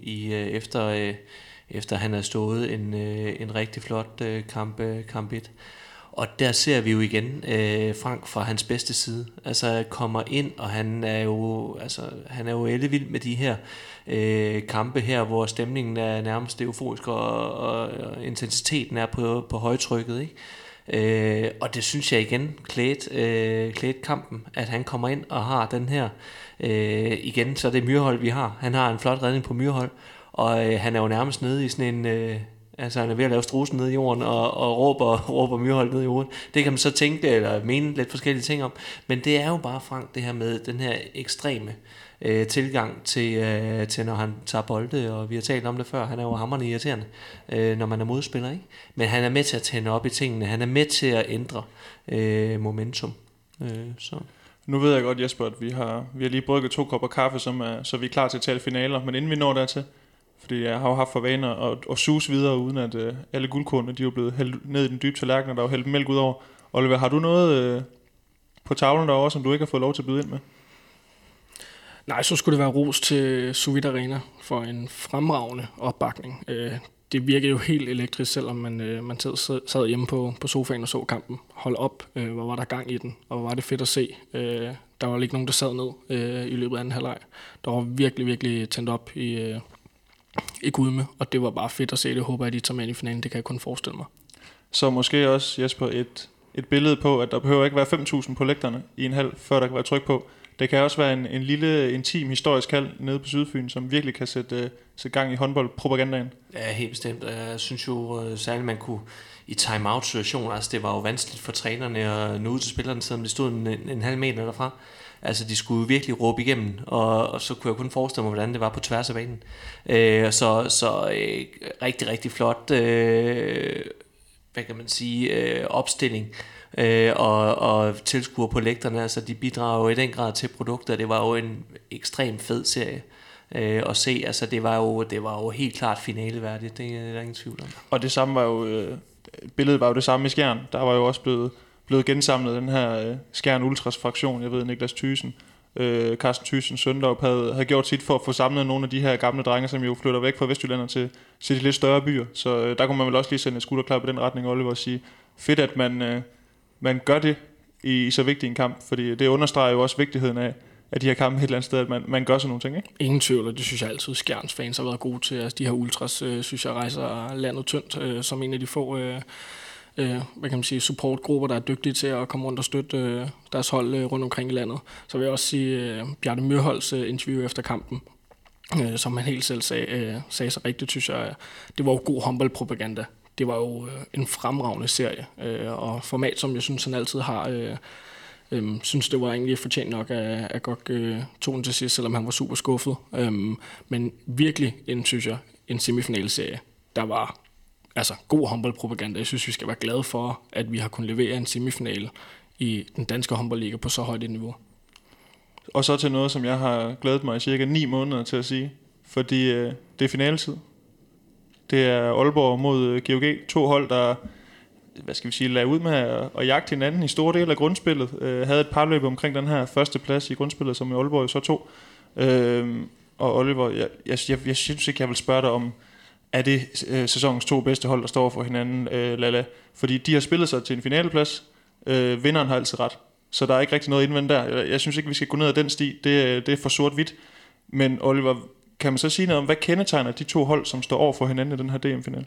efter han havde stået en rigtig flot kamp 1. Og der ser vi jo igen Frank fra hans bedste side. Altså kommer ind, og han er jo ellevild med de her kampe her, hvor stemningen er nærmest euforisk, og intensiteten er på højtrykket, ikke? Og det synes jeg igen klædte kampen, at han kommer ind og har den her igen, så er det Myrhold vi har. Han har en flot redning på Myrhold, og han er jo nærmest nede i sådan en han er ved at lave strusen ned i jorden og råber Myrhold ned i jorden. Det kan man så tænke eller mene lidt forskellige ting om, men det er jo bare Frank, det her med den her ekstreme tilgang til når han tager bolde, og vi har talt om det før, han er jo hamrende irriterende, når man er modspiller, ikke? Men han er med til at tænde op i tingene, han er med til at ændre momentum. Så. Nu ved jeg godt, Jesper, at vi har lige brygget 2 kopper kaffe, så vi er klar til at tale finaler, men inden vi når dertil, Fordi jeg har jo haft for vane at suse videre, uden at alle guldkornene, de er jo blevet hældt ned i den dybe tallerken, og der er jo hældt mælk ud over. Oliver, har du noget på tavlen derovre, som du ikke har fået lov til at byde ind med? Nej, så skulle det være ros til Sous Vide Arena for en fremragende opbakning. Det virkede jo helt elektrisk, selvom man sad hjemme på sofaen og så kampen. Hold op, hvor var der gang i den, og hvor var det fedt at se. Der var ikke nogen, der sad ned i løbet af anden halvleg. Der var virkelig, virkelig tændt op i Gudme, og det var bare fedt at se det. Jeg håber, at de tager med i finalen, det kan jeg kun forestille mig. Så måske også, Jesper, et billede på, at der behøver ikke være 5.000 på lægterne i en halv, før der kan være tryk på. Det kan også være en lille, intim, historisk hal nede på Sydfyn, som virkelig kan sætte gang i håndboldpropagandaen. Ja, helt bestemt. Jeg synes jo særligt, man kunne i time-out-situationer, altså det var jo vanskeligt for trænerne at nå ud til spillerne, selvom det stod en halv meter derfra. Altså de skulle jo virkelig råbe igennem, og så kunne jeg kun forestille mig, hvordan det var på tværs af banen. Så rigtig, rigtig flot, hvad kan man sige, opstilling. Og tilskuere på lægterne, altså de bidrager jo i den grad til produkter. Det var jo en ekstrem fed serie at se. Altså det var jo helt klart finaleværdigt. Det er der ingen tvivl om. Og det samme var jo billedet var jo det samme i Skjern. Der var jo også blevet gensamlet den her Skjern Ultras fraktion. Jeg ved, Niklas Thyssen, Carsten Thyssen Søndorp havde gjort sit for at få samlet nogle af de her gamle drenge, som jo flytter væk fra Vestjylland til de lidt større byer. Så der kunne man vel også lige sende et skulderklap i den retning, Oliver, og sige fedt, at man gør det i så vigtig en kamp, fordi det understreger jo også vigtigheden af de her kampe et eller andet sted, at man gør sådan nogle ting, ikke? Ingen tvivl, og det synes jeg altid, Skjerns fans har været gode til. Altså, de her ultras, synes jeg, rejser landet tyndt, som en af de få hvad kan man sige, supportgrupper, der er dygtige til at komme rundt og støtte deres hold rundt omkring i landet. Så vil jeg også sige, Bjarne Mørholds interview efter kampen, som han helt selv sagde så rigtigt, synes jeg, det var jo god håndboldpropaganda. Det var jo en fremragende serie, og format, som jeg synes, han altid har. Synes, det var egentlig fortjent nok, at godt tog den til sidst, selvom han var super skuffet. Men virkelig, synes jeg, en semifinalserie, der var altså god håndboldpropaganda. Jeg synes, vi skal være glade for, at vi har kunnet levere en semifinale i den danske håndboldliga på så højt et niveau. Og så til noget, som jeg har glædet mig i cirka 9 måneder til at sige, fordi det er finaletid. Det er Aalborg mod GOG. 2 hold, der lagde ud med at jagte hinanden i store dele af grundspillet. Havde et parløb omkring den her første plads i grundspillet, som i Aalborg jo så tog. Og Oliver, jeg synes ikke, jeg vil spørge dig om, er det sæsonens 2 bedste hold, der står for hinanden, Lala? Fordi de har spillet sig til en finaleplads. Vinderen har altid ret. Så der er ikke rigtig noget indvendt der. Jeg synes ikke, vi skal gå ned ad den sti. Det er for sort-hvidt. Men Oliver, kan man så sige noget om, hvad kendetegner de 2 hold, som står over for hinanden i den her DM-finale?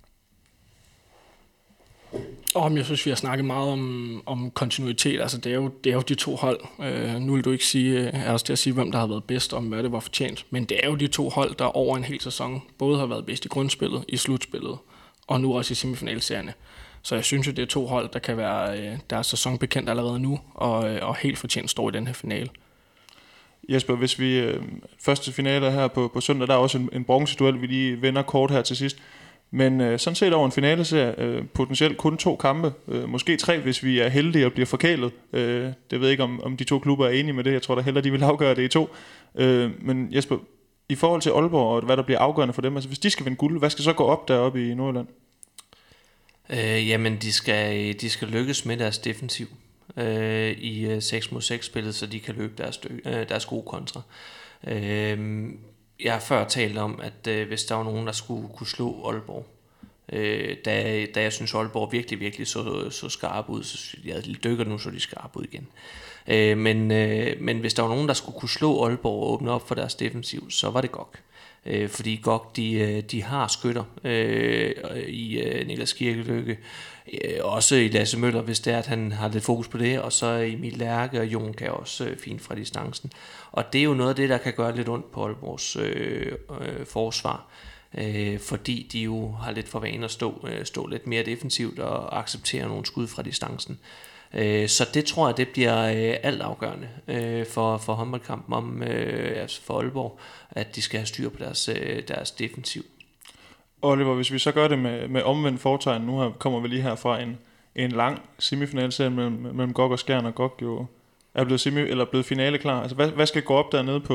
Jeg synes, vi har snakket meget om kontinuitet. Altså, det er jo de 2 hold. Nu vil du ikke sige, til at sige, hvem der har været bedst, og hvad det var fortjent. Men det er jo de 2 hold, der over en hel sæson både har været bedst i grundspillet, i slutspillet, og nu også i semifinalserierne. Så jeg synes jo, det er 2 hold, der kan være deres sæsonbekendt allerede nu, og helt fortjent står i den her finale. Jesper, hvis vi første finale her på søndag, der er også en bronzeduel, vi lige vender kort her til sidst. Men sådan set over en finaleserie, potentielt kun 2 kampe, måske 3, hvis vi er heldige og bliver forkælet. Det ved jeg ikke, om de 2 klubber er enige med det. Jeg tror da hellere, de vil afgøre det i 2. Men Jesper, i forhold til Aalborg og hvad der bliver afgørende for dem, altså hvis de skal vinde guld, hvad skal så gå op deroppe i Nordjylland? Jamen, de skal lykkes med deres defensiv i 6-mod-6 spillet, så de kan løbe deres gode kontra. Jeg har før talt om, at hvis der var nogen, der skulle kunne slå Aalborg, da jeg synes, Aalborg virkelig, virkelig så skarp ud, så jeg dykker nu, så de skarpe ud igen. Men hvis der var nogen, der skulle kunne slå Aalborg og åbne op for deres defensiv, så var det GOG. Fordi GOG, de har skytter i Niklas Kirkeløkke, også i Lasse Møller, hvis det er, at han har lidt fokus på det, og så Emil Lærke og Jon kan også fint fra distancen. Og det er jo noget af det, der kan gøre lidt ondt på Aalborgs forsvar, fordi de jo har lidt for vane at stå lidt mere defensivt og acceptere nogle skud fra distancen. Så det tror jeg, det bliver altafgørende for håndboldkampen om for Aalborg, at de skal have styr på deres defensiv. Oliver, hvis vi så gør det med omvendt fortegn, nu kommer vi lige her fra en lang semifinalserie mellem GOG og Skjern, og GOG jo er blevet blevet finale klar. Altså hvad skal gå op dernede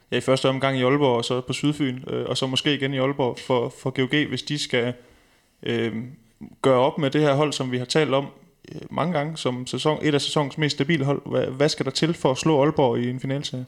i første omgang i Aalborg, og så på Sydfyn, og så måske igen i Aalborg for GOG, hvis de skal gøre op med det her hold, som vi har talt om mange gange, som et af sæsonens mest stabile hold. Hvad skal der til for at slå Aalborg i en finalserie?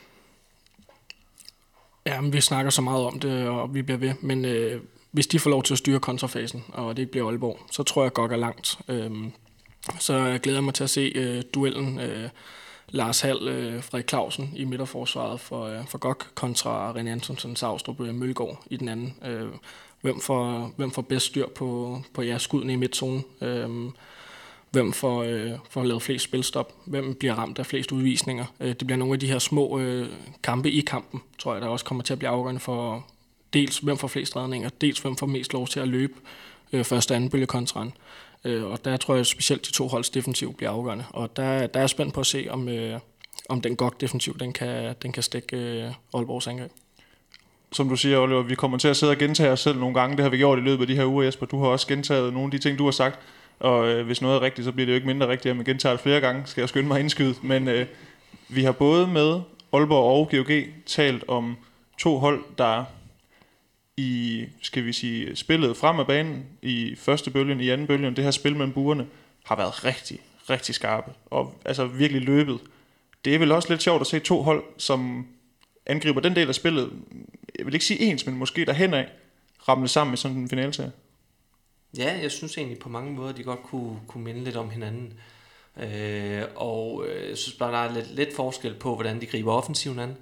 Ja, men vi snakker så meget om det, og vi bliver ved, men hvis de får lov til at styre kontrafasen, og det ikke bliver Aalborg, så tror jeg godt er langt. Så jeg glæder mig til at se duellen Lars Hall, Frederik Clausen i midterforsvaret for GOG kontra René Antonsen, Savstrup, Mølgaard i den anden. Hvem får bedst styr på skuddene i midtzonen? Hvem får lavet flest spilstop? Hvem bliver ramt af flest udvisninger? Det bliver nogle af de her små kampe i kampen, tror jeg, der også kommer til at blive afgørende for dels hvem får flest redninger, dels hvem får mest lov til at løbe første og anden bølge kontraen. Og der tror jeg specielt de to holds defensiv bliver afgørende. Og der er jeg spændt på at se, om den GOG defensiv den kan stikke Aalborgs angreb. Som du siger, Oliver, vi kommer til at sidde og gentage os selv nogle gange. Det har vi gjort i løbet af de her uger, Jesper. Du har også gentaget nogle af de ting, du har sagt. Og hvis noget er rigtigt, så bliver det jo ikke mindre rigtigt, at man gentager det flere gange. Skal jeg skynde mig at indskyde. Men vi har både med Aalborg og GOG talt om to hold, der i, skal vi sige, spillet frem af banen i første bølgen, i anden bølgen, det her spil mellem buerne, har været rigtig, rigtig skarpe. Og altså virkelig løbet. Det er vel også lidt sjovt at se to hold, som angriber den del af spillet, jeg vil ikke sige ens, men måske derhen af, ramle sammen i sådan en finalserie. Ja, jeg synes egentlig på mange måder, de godt kunne minde lidt om hinanden. Og jeg synes bare, der er lidt forskel på, hvordan de griber offensiven an.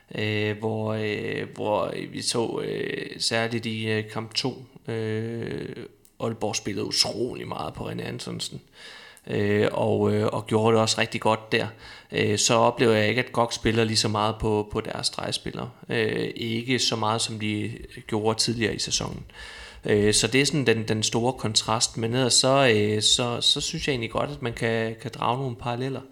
Hvor vi så særligt i kamp 2, Aalborg spillede utrolig meget på René Antonsen. Og gjorde det også rigtig godt der. Så oplever jeg ikke, at GOG spiller lige så meget på deres stregspillere. Ikke så meget, som de gjorde tidligere i sæsonen. Så det er sådan den store kontrast. Men ellers så synes jeg egentlig godt, at man kan drage nogle paralleller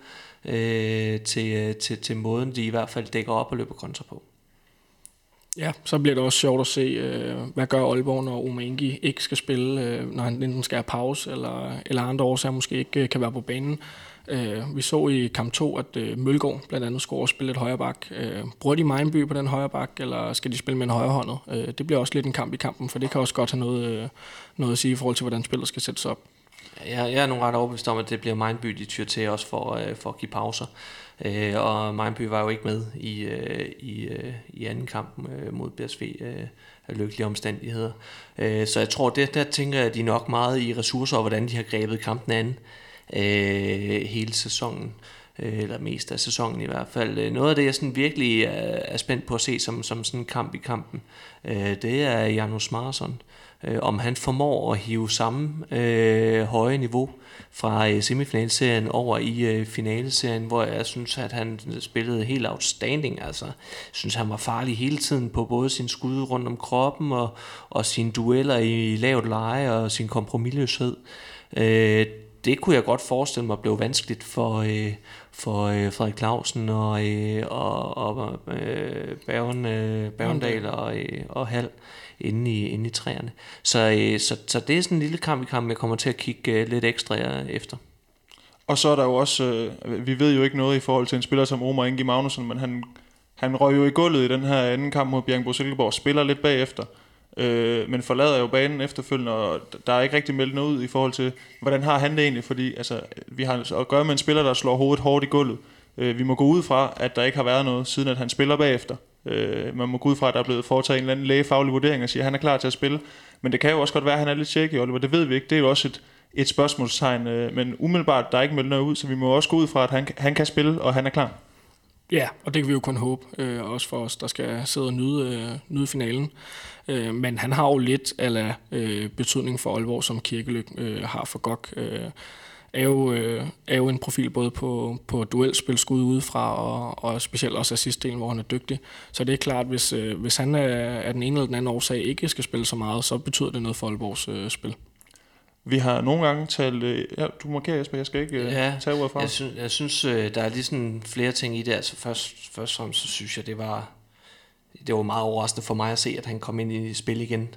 til måden, de i hvert fald dækker op og løber kontra på. Ja, så bliver det også sjovt at se, hvad gør Aalborg, når Omaengi ikke skal spille, når han enten skal have pause, eller andre årsager måske ikke kan være på banen. Vi så i kamp 2, at Mølgaard blandt andet skulle spille et højre bak. Bruger de Mejnby på den højre bak, eller skal de spille med en højrehåndet? Det bliver også lidt en kamp i kampen, for det kan også godt have noget at sige i forhold til, hvordan spillet skal sættes op. Jeg er nogle ret overbevist om, at det bliver Mejnby, de tyr til også for at give pauser. Og Mejnby var jo ikke med i anden kamp mod BSV af lykkelige omstændigheder. Så jeg tror, der tænker jeg, at de nok meget i ressourcer, og hvordan de har grebet kampen an hele sæsonen, eller mest af sæsonen i hvert fald. Noget af det, jeg sådan virkelig er spændt på at se som sådan en kamp i kampen, det er Janus Marsson. Om han formår at hive samme høje niveau fra semifinalserien over i finaleserien, hvor jeg synes, at han spillede helt outstanding. Altså, jeg synes, han var farlig hele tiden på både sin skud rundt om kroppen og sine dueller i lavt leje og sin kompromisløshed. Det kunne jeg godt forestille mig blev vanskeligt for Frederik Clausen og Bergendal og Hall inde i træerne. Så det er sådan en lille kamp, jeg kommer til at kigge lidt ekstra efter. Og så er der jo også, vi ved jo ikke noget i forhold til en spiller som Omaengi Magnussen, men han røg jo i gulvet i den her anden kamp mod Bjerringbro Silkeborg, spiller lidt bagefter, men forlader jo banen efterfølgende, og der er ikke rigtig meldt noget ud i forhold til, hvordan har han det egentlig, fordi altså, vi har at gøre med en spiller, der slår hovedet hårdt i gulvet. Vi må gå ud fra, at der ikke har været noget, siden at han spiller bagefter. Man må gå ud fra, at der er blevet foretaget en eller anden lægefaglig vurdering og sige, at han er klar til at spille. Men det kan jo også godt være, at han er lidt shaky, Oliver. Det ved vi ikke. Det er jo også et spørgsmålstegn. Men umiddelbart, der er ikke meldt noget ud, så vi må også gå ud fra, at han kan spille, og han er klar. Ja, og det kan vi jo kun håbe. Også for os, der skal sidde og nyde finalen. Men han har jo lidt eller betydning for Aalborg, som Kirkelyk har for GOG. Er jo en profil både på duelspil, skud udefra og specielt også assistdelen, hvor han er dygtig. Så det er klart, hvis han er den ene eller den anden årsag ikke skal spille så meget, så betyder det noget for Aalborgs spil. Vi har nogle gange talt... Ja, du markerer, Jesper, jeg skal ikke tage ordet fra. Jeg synes, der er lige sådan flere ting i det. Altså først og fremmest, så synes jeg, det var meget overraskende for mig at se, at han kom ind i spil igen.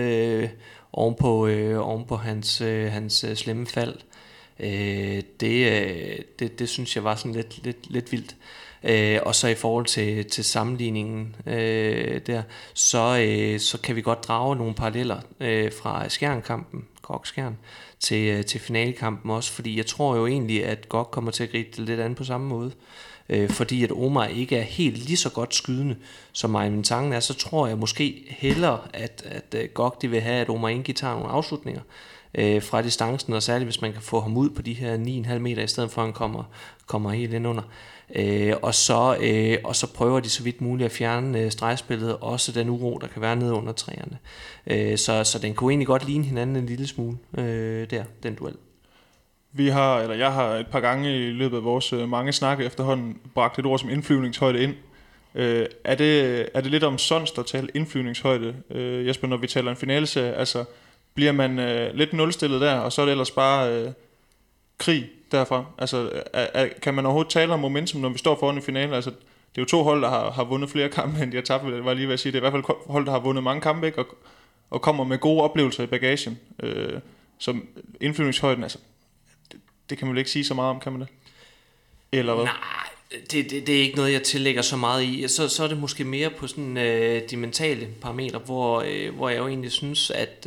Ovenpå hans slemme fald. Det synes jeg var sådan lidt vildt. Og så i forhold til sammenligningen der, så kan vi godt drage nogle paralleller fra Skjern-kampen, GOG-Skjern, til finalekampen også, fordi jeg tror jo egentlig, at GOG kommer til at gribe det lidt an på samme måde. Fordi at Omar ikke er helt lige så godt skydende som Aymin Tangen er, så tror jeg måske hellere, at GOG de vil have, at Omar Ingi tager nogle afslutninger fra distancen, og særligt hvis man kan få ham ud på de her 9,5 meter, i stedet for at han kommer helt ind under. Og så prøver de så vidt muligt at fjerne stregspillet, også den uro, der kan være nede under træerne. Så den kunne egentlig godt ligne hinanden en lille smule, den duel. Jeg har et par gange i løbet af vores mange snakke efterhånden bragt et ord som indflyvningshøjde ind. Er det lidt om sådan at tale indflyvningshøjde, Jesper, når vi taler en finaleserie? Altså, bliver man lidt nulstillet der, og så er det ellers bare krig derfra? Altså, kan man overhovedet tale om momentum, når vi står foran en finale? Altså, det er jo 2 hold, der har vundet flere kampe, end de har tabt. Det var lige ved at sige. Det er i hvert fald hold, der har vundet mange kampe, ikke? Og kommer med gode oplevelser i bagagen. Som indflyvningshøjden, altså, det kan man vel ikke sige så meget om, kan man det? Eller hvad? Nej, det er ikke noget, jeg tillægger så meget i. Så er det måske mere på sådan de mentale parametre, hvor jeg jo egentlig synes, at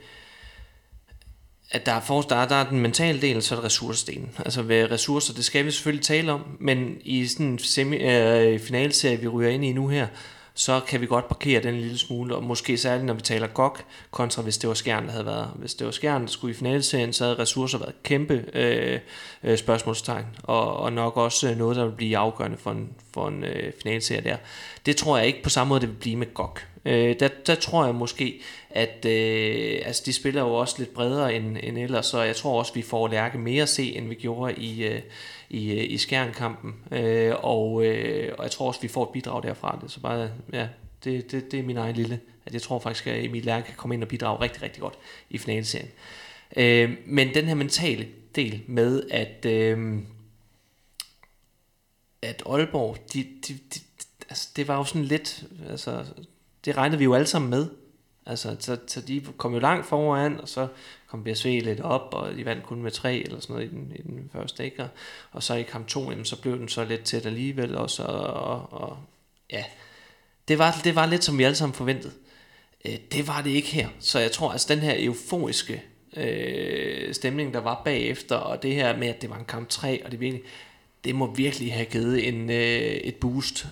der er den mentale del, så er det ressourcedelen. Altså ved ressourcer, det skal vi selvfølgelig tale om, men i sådan en finalserie, vi ryger ind i nu her, så kan vi godt parkere den en lille smule, og måske særligt når vi taler GOG, kontra hvis det var Skjern, der havde været. Hvis det var Skjern, der skulle i finalserien, så havde ressourcer været kæmpe spørgsmålstegn, og nok også noget, der vil blive afgørende for en finalserie der. Det tror jeg ikke på samme måde, det vil blive med GOG. Der tror jeg måske, at altså de spiller jo også lidt bredere end ellers, så jeg tror også, vi får Lærke mere at se, end vi gjorde i Skjern-kampen, og jeg tror også, vi får et bidrag derfra. Det så bare, ja, det er min egen lille, at jeg tror faktisk, at Emil Lærke kan komme ind og bidrage rigtig, rigtig godt i finaleserien. Men den her mentale del med, at Aalborg, altså, det var jo sådan lidt, altså, det regnede vi jo alle sammen med. Altså, så de kom jo langt foran, og så kom BSV lidt op, og de vandt kun med 3 eller sådan noget i den første, ikke? Og så i kamp 2, jamen, så blev den så lidt tæt alligevel, og ja, det var lidt som vi alle sammen forventede. Det var det ikke her. Så jeg tror, altså den her euforiske stemning, der var bagefter, og det her med, at det var en kamp 3, og det må virkelig have givet et boost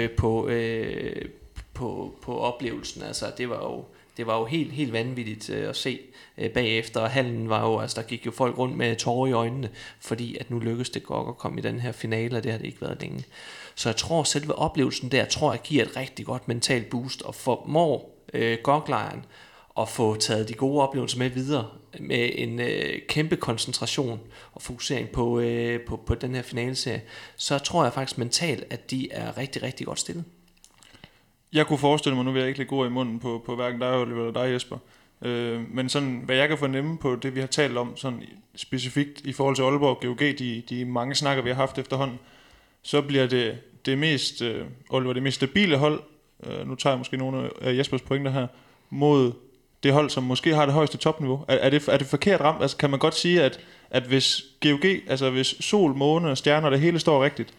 på oplevelsen. Altså det var jo helt vanvittigt at se bagefter, og hallen var jo, altså der gik jo folk rundt med tårer i øjnene, fordi at nu lykkedes det godt at komme i den her finale, og det har det ikke været længe. Så jeg tror, selve oplevelsen der, giver et rigtig godt mentalt boost, og formår GOG-lejren at få taget de gode oplevelser med videre, med en kæmpe koncentration og fokusering på den her finaleserie, så tror jeg faktisk mentalt, at de er rigtig, rigtig godt stillet. Jeg kunne forestille mig, nu vil jeg ikke lægge ord i munden på hverken dig eller dig, Jesper, men sådan, hvad jeg kan fornemme på det, vi har talt om, sådan specifikt i forhold til Aalborg og GOG, de mange snakker, vi har haft efterhånden, så bliver det mest stabile hold, nu tager jeg måske nogle af Jespers pointer her, mod det hold, som måske har det højeste topniveau. Er det forkert ramt? Altså, kan man godt sige, at hvis GOG, altså hvis sol, måne og stjerner, det hele står rigtigt,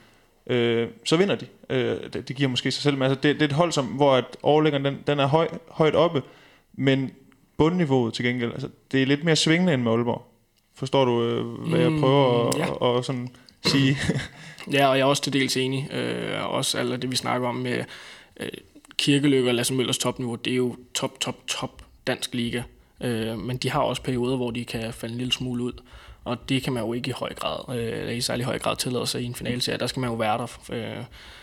så vinder de. Det giver måske sig selv, men altså det er et hold, hvor at overlæggeren den er højt oppe, men bundniveauet til gengæld, altså det er lidt mere svingende end med Aalborg. Forstår du, hvad jeg prøver at sådan sige? Ja, og jeg er også til dels enig. Også alt det, vi snakker om med Kirkelykke og Lasse Møllers topniveau, det er jo top dansk liga. Men de har også perioder, hvor de kan falde en lille smule ud. Og det kan man jo ikke i særlig høj grad tillade sig i en finalserie. Der skal man jo være der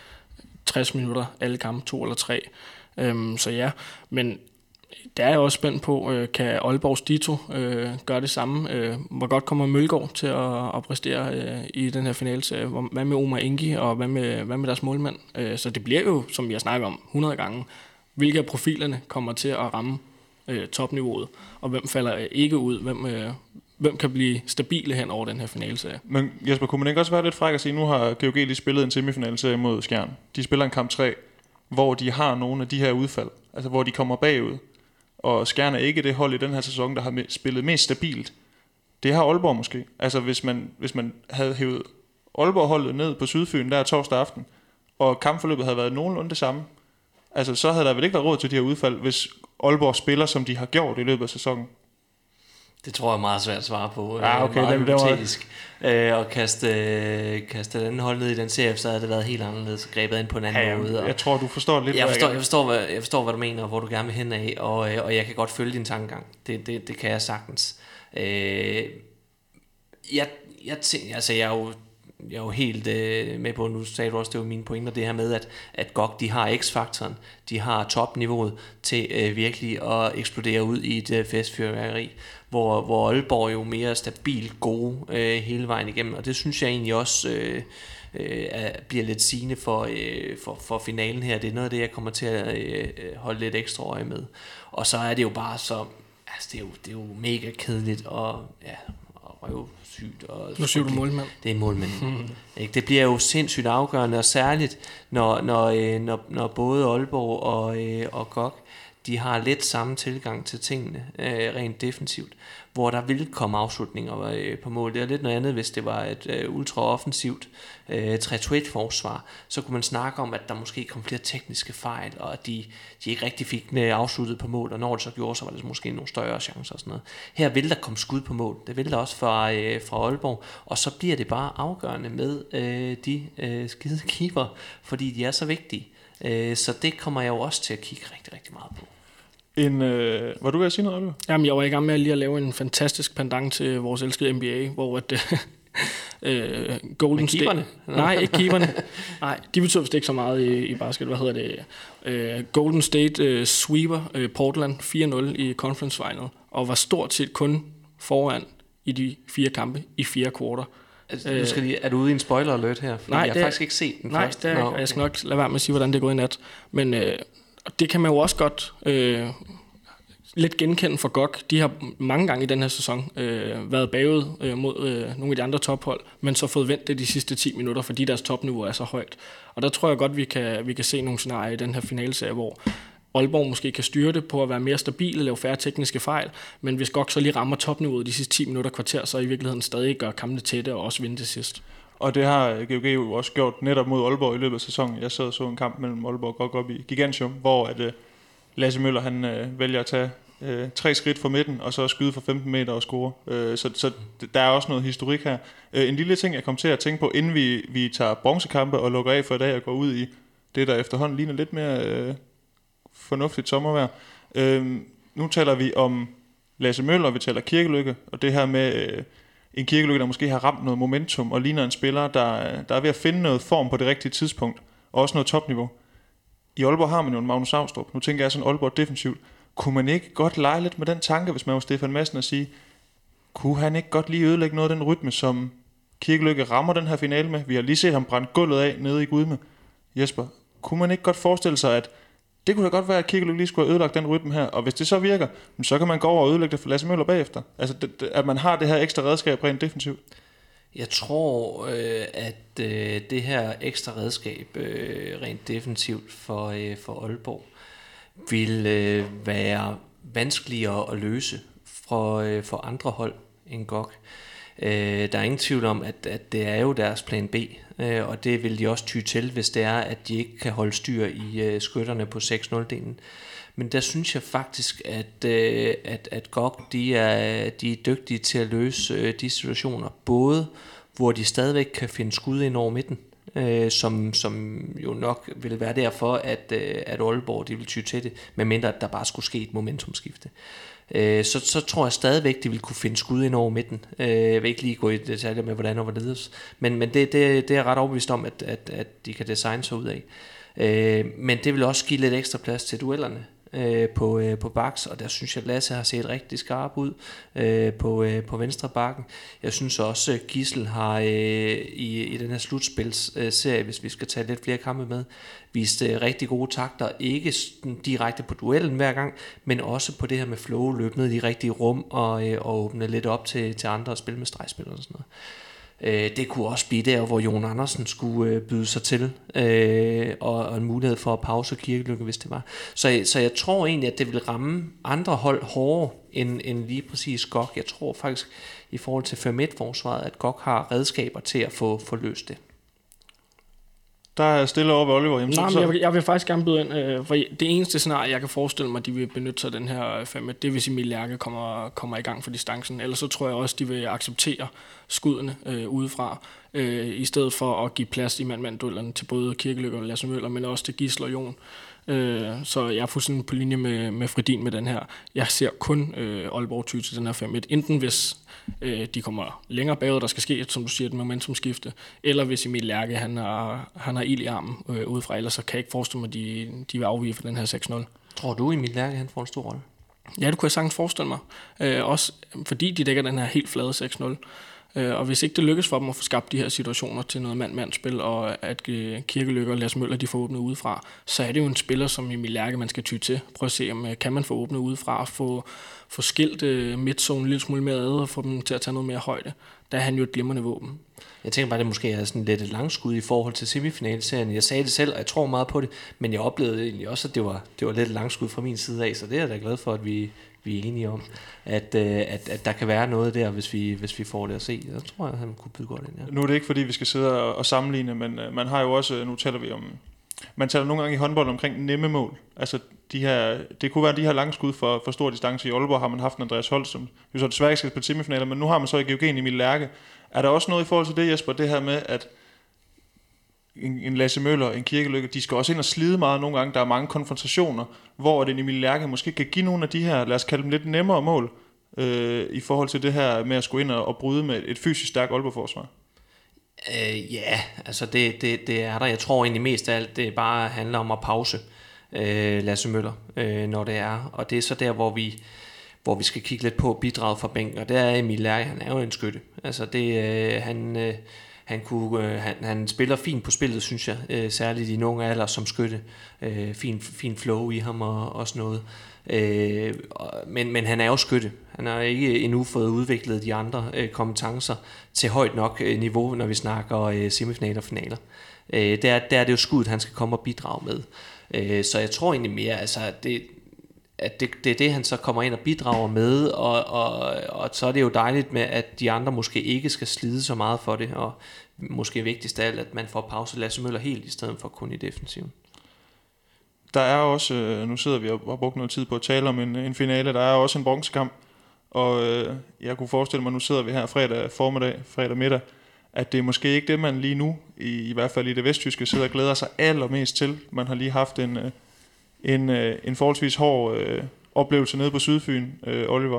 60 minutter, alle kampe, 2 eller 3. Så ja, men der er jeg også spændt på, kan Aalborgs Dito gøre det samme? Hvor godt kommer Mølgaard til at præstere i den her finalserie? Hvad med Omar Ingi, og hvad med deres målmand? Så det bliver jo, som vi har snakket om 100 gange, hvilke af profilerne kommer til at ramme topniveauet, og hvem falder ikke ud, hvem kan blive stabile hen over den her finalserie. Men Jesper, kunne man ikke også være lidt fræk at sige, nu har GOG lige spillet en semifinalserie mod Skjern. De spiller en kamp 3, hvor de har nogle af de her udfald, altså hvor de kommer bagud. Og Skjern er ikke det hold i den her sæson, der har spillet mest stabilt. Det har Aalborg måske. Altså hvis man havde hævet Aalborg-holdet ned på Sydfyn der torsdag aften, og kampforløbet havde været nogenlunde det samme, altså så havde der vel ikke været råd til de her udfald, hvis Aalborg spiller, som de har gjort i løbet af sæsonen. Det tror jeg er meget svært at svare på. Ja, okay, meget hypotetisk. Og kaste den anden hold ned i den serie, så havde det været helt anderledes grebet ind på en anden måde. Jeg tror, du forstår lidt. Jeg forstår, hvad du mener, og hvor du gerne vil hen af, og jeg kan godt følge din tankegang. Det kan jeg sagtens. Jeg er jo helt med på, nu sagde du også, det var mine pointer, det her med, at GOG, de har x-faktoren, de har topniveauet til virkelig at eksplodere ud i et festfyrværkeri, hvor Aalborg jo mere stabilt gode hele vejen igennem, og det synes jeg egentlig også bliver lidt sigende for finalen her. Det er noget af det, jeg kommer til at holde lidt ekstra øje med. Og så er det jo bare så, altså det er jo mega kedeligt, og røvsygt. Nu siger du målmand. Det er målmand. Det bliver jo sindssygt afgørende, og særligt når både Aalborg og GOG, de har lidt samme tilgang til tingene, rent defensivt, hvor der vil komme afslutninger på mål. Det er lidt noget andet, hvis det var et ultraoffensivt 3-2-1-forsvar. Så kunne man snakke om, at der måske kom flere tekniske fejl, og at de ikke rigtig fik afsluttet på mål, og når det så gjorde, så var det måske nogle større chancer og sådan noget. Her vil der komme skud på mål. Det vil der også fra Aalborg, og så bliver det bare afgørende med de skide keeper, fordi de er så vigtige. Så det kommer jeg jo også til at kigge rigtig, rigtig meget på. Var du ved at sige noget, Oliver? Jamen, jeg var i gang med lige at lave en fantastisk pendant til vores elskede NBA, hvor Golden State... Nej, ikke keeperne. Nej, de betyder vist ikke så meget i basket. Hvad hedder det? Golden State sweeper Portland 4-0 i conference final, og var stort set kun foran i de 4 kampe i 4 kvarter. Altså, er du ude i en spoiler alert her? Fordi jeg har faktisk ikke set den først. Nej, og jeg skal nok lade være med at sige, hvordan det er gået i nat. Men det kan man jo også godt lidt genkende for GOG. De har mange gange i den her sæson været bagud mod nogle af de andre tophold, men så fået vendt det de sidste 10 minutter, fordi deres topniveau er så højt. Og der tror jeg godt, vi kan se nogle scenarier i den her finalserie, hvor Aalborg måske kan styre det på at være mere stabil og lave færre tekniske fejl, men hvis GOG så lige rammer topniveauet de sidste 10 minutter kvarter, så i virkeligheden stadig gør kampene tætte og også vinde til sidst. Og det har GOG jo også gjort netop mod Aalborg i løbet af sæsonen. Jeg sad og så en kamp mellem Aalborg og GOG op i Gigantium, hvor at Lasse Møller han vælger at tage 3 skridt fra midten, og så skyde fra 15 meter og score. Så der er også noget historik her. En lille ting, jeg kom til at tænke på, inden vi tager bronzekampe og lukker af for i dag og går ud i det, der efterhånden ligner lidt mere fornuftigt sommervejr. Nu taler vi om Lasse Møller, vi taler Kirkelykke, og det her med en Kirkelykke, der måske har ramt noget momentum, og ligner en spiller, der er ved at finde noget form på det rigtige tidspunkt, og også noget topniveau. I Aalborg har man jo en Magnus Avstrup. Nu tænker jeg sådan Aalborg defensivt. Kunne man ikke godt lege lidt med den tanke, hvis man var Stefan Madsen, og sige, kunne han ikke godt lige ødelægge noget af den rytme, som Kirkelykke rammer den her finale med? Vi har lige set ham brænde gulvet af nede i Gudme. Jesper, kunne man ikke godt forestille sig, at det kunne da godt være, at Kirkelykke lige skulle have ødelagt den rytme her, og hvis det så virker, så kan man gå over og ødelægge det for Lasse Møller bagefter. Altså, at man har det her ekstra redskab rent defensivt. Jeg tror, at det her ekstra redskab rent defensivt for Aalborg vil være vanskeligere at løse for andre hold end GOG. Der er ingen tvivl om, at det er jo deres plan B, og det vil de også ty til, hvis det er, at de ikke kan holde styr i skytterne på 6-0-delen. Men der synes jeg faktisk, at GOG de er dygtige til at løse de situationer, både hvor de stadigvæk kan finde skud ind over midten, som jo nok vil være derfor, at Aalborg de vil ty til det, medmindre at der bare skulle ske et momentumskifte. Så tror jeg stadigvæk, de vil kunne finde skud ind over midten. Jeg vil ikke lige gå i detaljer med, hvordan og hvorledes, men det er jeg ret overbevist om, at de kan designe sig ud af. Men det vil også give lidt ekstra plads til duellerne på baks, og der synes jeg, at Lasse har set rigtig skarp ud på venstre bakken. Jeg synes også, at Gissel har i den her slutspilsserie, hvis vi skal tage lidt flere kampe med, vist rigtig gode takter, ikke direkte på duellen hver gang, men også på det her med flow, løbe ned i de rigtige rum og åbne lidt op til andre og spille med stregspil og sådan noget. Det kunne også blive der, hvor Jon Andersen skulle byde sig til, og en mulighed for at pause Kirkelykke, hvis det var. Så jeg tror egentlig, at det vil ramme andre hold hårdere end lige præcis GOG. Jeg tror faktisk, i forhold til 5-1-forsvaret, at GOG har redskaber til at få løst det. Der er stille over ved Oliver. Jamen, Nej, men jeg vil faktisk gerne byde ind, for det eneste scenarie, jeg kan forestille mig, de vil benytte sig af den her 5-1, det hvis Emil Lærke kommer i gang for distancen. Ellers så tror jeg også, de vil acceptere skuddene udefra, i stedet for at give plads i mand-mand-duellerne til både Kirkelykke og Lasse Møller, men også til Gisle og Jon. Så jeg er fuldstændig på linje med Fredin med den her. Jeg ser kun Aalborg ty til den her 5-1. Enten hvis de kommer længere bagud, der skal ske, som du siger, et momentumskifte, eller hvis Emil Lærke han har ild i armen udefra, ellers så kan jeg ikke forestille mig, at de vil afvige for den her 6-0. Tror du, Emil Lærke han får en stor rolle? Ja, det kunne jeg sagtens forestille mig. Også fordi de dækker den her helt flade 6-0. Og hvis ikke det lykkes for dem at få skabt de her situationer til noget mand-mand-spil, og at Kirkelykke og Lasse Møller de får åbnet udefra, så er det jo en spiller som Emil Lærke, man skal ty til. Prøv at se, om kan man få åbnet udefra, få skilt midtzone en lille smule mere ad, og få dem til at tage noget mere højde. Der er han jo et glimrende våben. Jeg tænker bare, at det måske er sådan lidt et langskud i forhold til semifinalserien. Jeg sagde det selv, og jeg tror meget på det, men jeg oplevede egentlig også, at det var lidt et langskud fra min side af, så det er jeg da glad for, at vi er enige om, at der kan være noget der, hvis vi får det at se. Jeg tror, at han kunne byde godt ind. Ja. Nu er det ikke, fordi vi skal sidde og sammenligne, men man har jo også, nu taler vi om, man taler nogle gange i håndbold omkring nemme mål. Altså det kunne være de her langskud for stor distance. I Aalborg har man haft en Andreas Holt, som jo så desværre ikke skal spille semifinaler, men nu har man så i GOG Emil Lærke. Er der også noget i forhold til det, Jesper, det her med, at en Lasse Møller, en Kirkelykke, de skal også ind og slide meget nogle gange. Der er mange konfrontationer, hvor en Emil Lærke måske kan give nogle af de her, lad os kalde dem lidt nemmere mål, i forhold til det her med at skulle ind og bryde med et fysisk stærkt Aalborg-forsvar. Ja, altså det er der. Jeg tror egentlig mest af alt, det bare handler om at pause Lasse Møller, når det er. Og det er så der, hvor vi skal kigge lidt på bidraget fra bænken. Og der er Emil Lærke, han er jo en skytte. Altså han spiller fint på spillet, synes jeg, særligt i en ung alder som skytte. Fin flow i ham og sådan noget. Men han er jo skytte. Han har ikke endnu fået udviklet de andre kompetencer til højt nok niveau, når vi snakker semifinaler og finaler. Der er det jo skuddet, han skal komme og bidrage med. Så jeg tror egentlig mere, altså, at det er det, han så kommer ind og bidrager med, og så er det jo dejligt med, at de andre måske ikke skal slide så meget for det, og måske vigtigst af alt, at man får pause Lasse Møller helt, i stedet for kun i defensiven. Der er også, nu sidder vi og har brugt noget tid på at tale om en finale, der er også en bronzekamp, og jeg kunne forestille mig, nu sidder vi her fredag formiddag, fredag middag, at det er måske ikke det, man lige nu, i hvert fald i det vesttyske, sidder og glæder sig allermest til. Man har lige haft en forholdsvis hård oplevelse nede på Sydfyn, Oliver.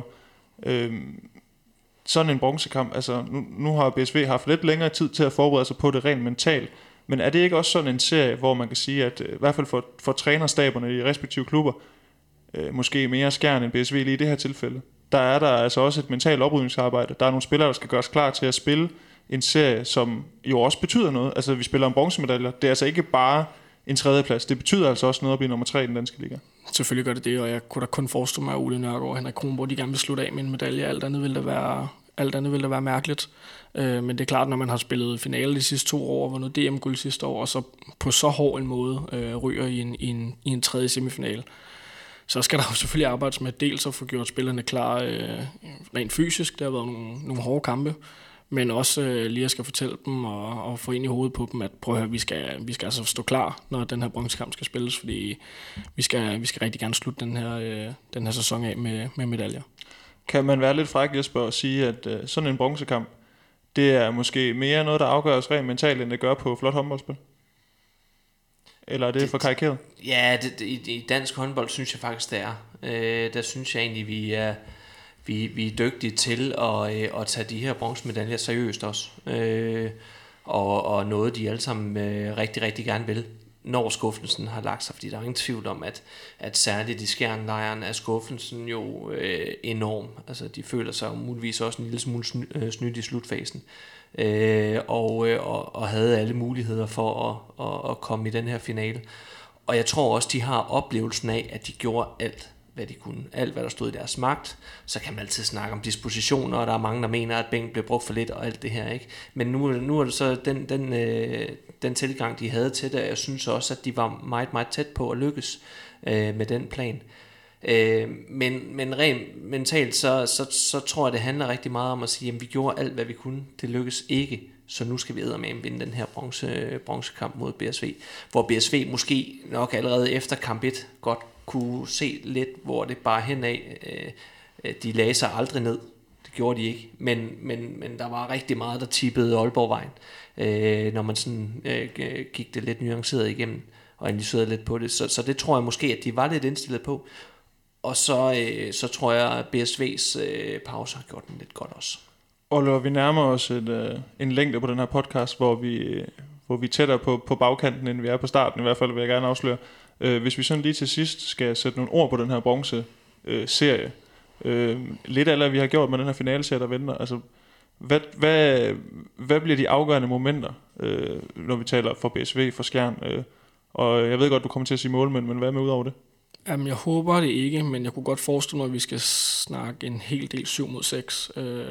Sådan en bronzekamp, altså nu har BSV haft lidt længere tid til at forberede sig på det rent mentalt, men er det ikke også sådan en serie, hvor man kan sige, at i hvert fald for trænerstaberne i de respektive klubber, måske mere skærende end BSV lige i det her tilfælde, der er der altså også et mentalt oprydningsarbejde. Der er nogle spillere, der skal gøres klar til at spille en serie, som jo også betyder noget. Altså vi spiller om bronzemedaljer, det er altså ikke bare en tredjeplads. Det betyder altså også noget at blive nummer 3 i den danske liga. Selvfølgelig gør det det, og jeg kunne da kun forestille mig, at Ole Nørgaard og Henrik Kronborg, de gerne vil slutte af med en medalje. Alt andet vil da være mærkeligt. Men det er klart, når man har spillet finale de sidste 2 år, vundet DM-guld sidste år, og så på så hård en måde ryger i en tredje semifinal, så skal der jo selvfølgelig arbejdes med dels at få gjort spillerne klar rent fysisk. Det har været nogle hårde kampe, men også lige at skal fortælle dem og få ind i hovedet på dem, at prøv at høre, vi skal altså stå klar, når den her bronzekamp skal spilles, fordi vi skal rigtig gerne slutte den her sæson af med medaljer. Kan man være lidt fræk, Jesper, og sige, at sådan en bronzekamp, det er måske mere noget, der afgøres rent mentalt, end det gør på flot håndboldspil? Eller er det for karikeret? Ja, i dansk håndbold synes jeg faktisk, det er. Der synes jeg egentlig, vi er dygtige til at tage de her bronzemedaljer seriøst også. Og noget, de alle sammen rigtig, rigtig gerne vil, når skuffelsen har lagt sig. Fordi der er ingen tvivl om, at særligt i Skjern-lejren er skuffelsen jo enorm. Altså, de føler sig muligvis også en lille smule snydt i slutfasen. Og havde alle muligheder for at komme i den her finale. Og jeg tror også, de har oplevelsen af, at de gjorde alt, hvad de kunne. Alt, hvad der stod i deres magt. Så kan man altid snakke om dispositioner, og der er mange, der mener, at bænken blev brugt for lidt, og alt det her, ikke? Men nu er det så den tilgang, de havde til det, og jeg synes også, at de var meget, meget tæt på at lykkes med den plan. Men rent mentalt, så tror jeg, det handler rigtig meget om at sige, at vi gjorde alt, hvad vi kunne. Det lykkes ikke så nu skal vi eddermame vinde den her bronzekamp mod BSV, hvor BSV måske nok allerede efter kamp 1 godt kunne se lidt, hvor det bare henad. De lagde sig aldrig ned, det gjorde de ikke, men der var rigtig meget, der tippede Aalborgvejen, når man sådan gik det lidt nuanceret igennem og analyserede lidt på det, så det tror jeg måske, at de var lidt indstillet på, og så tror jeg, at BSV's pause har gjort den lidt godt også. Oliver, vi nærmer os en længde på den her podcast, hvor vi er tættere på bagkanten, end vi er på starten, i hvert fald vil jeg gerne afsløre. Hvis vi sådan lige til sidst skal sætte nogle ord på den her bronze-serie, lidt af vi har gjort med den her finaleserie, der venter, altså, hvad bliver de afgørende momenter, når vi taler for BSV, for Skjern? Og jeg ved godt, du kommer til at sige målmænd, men hvad med ud over det? Jamen, jeg håber det ikke, men jeg kunne godt forestille mig, at vi skal snakke en hel del 7-6,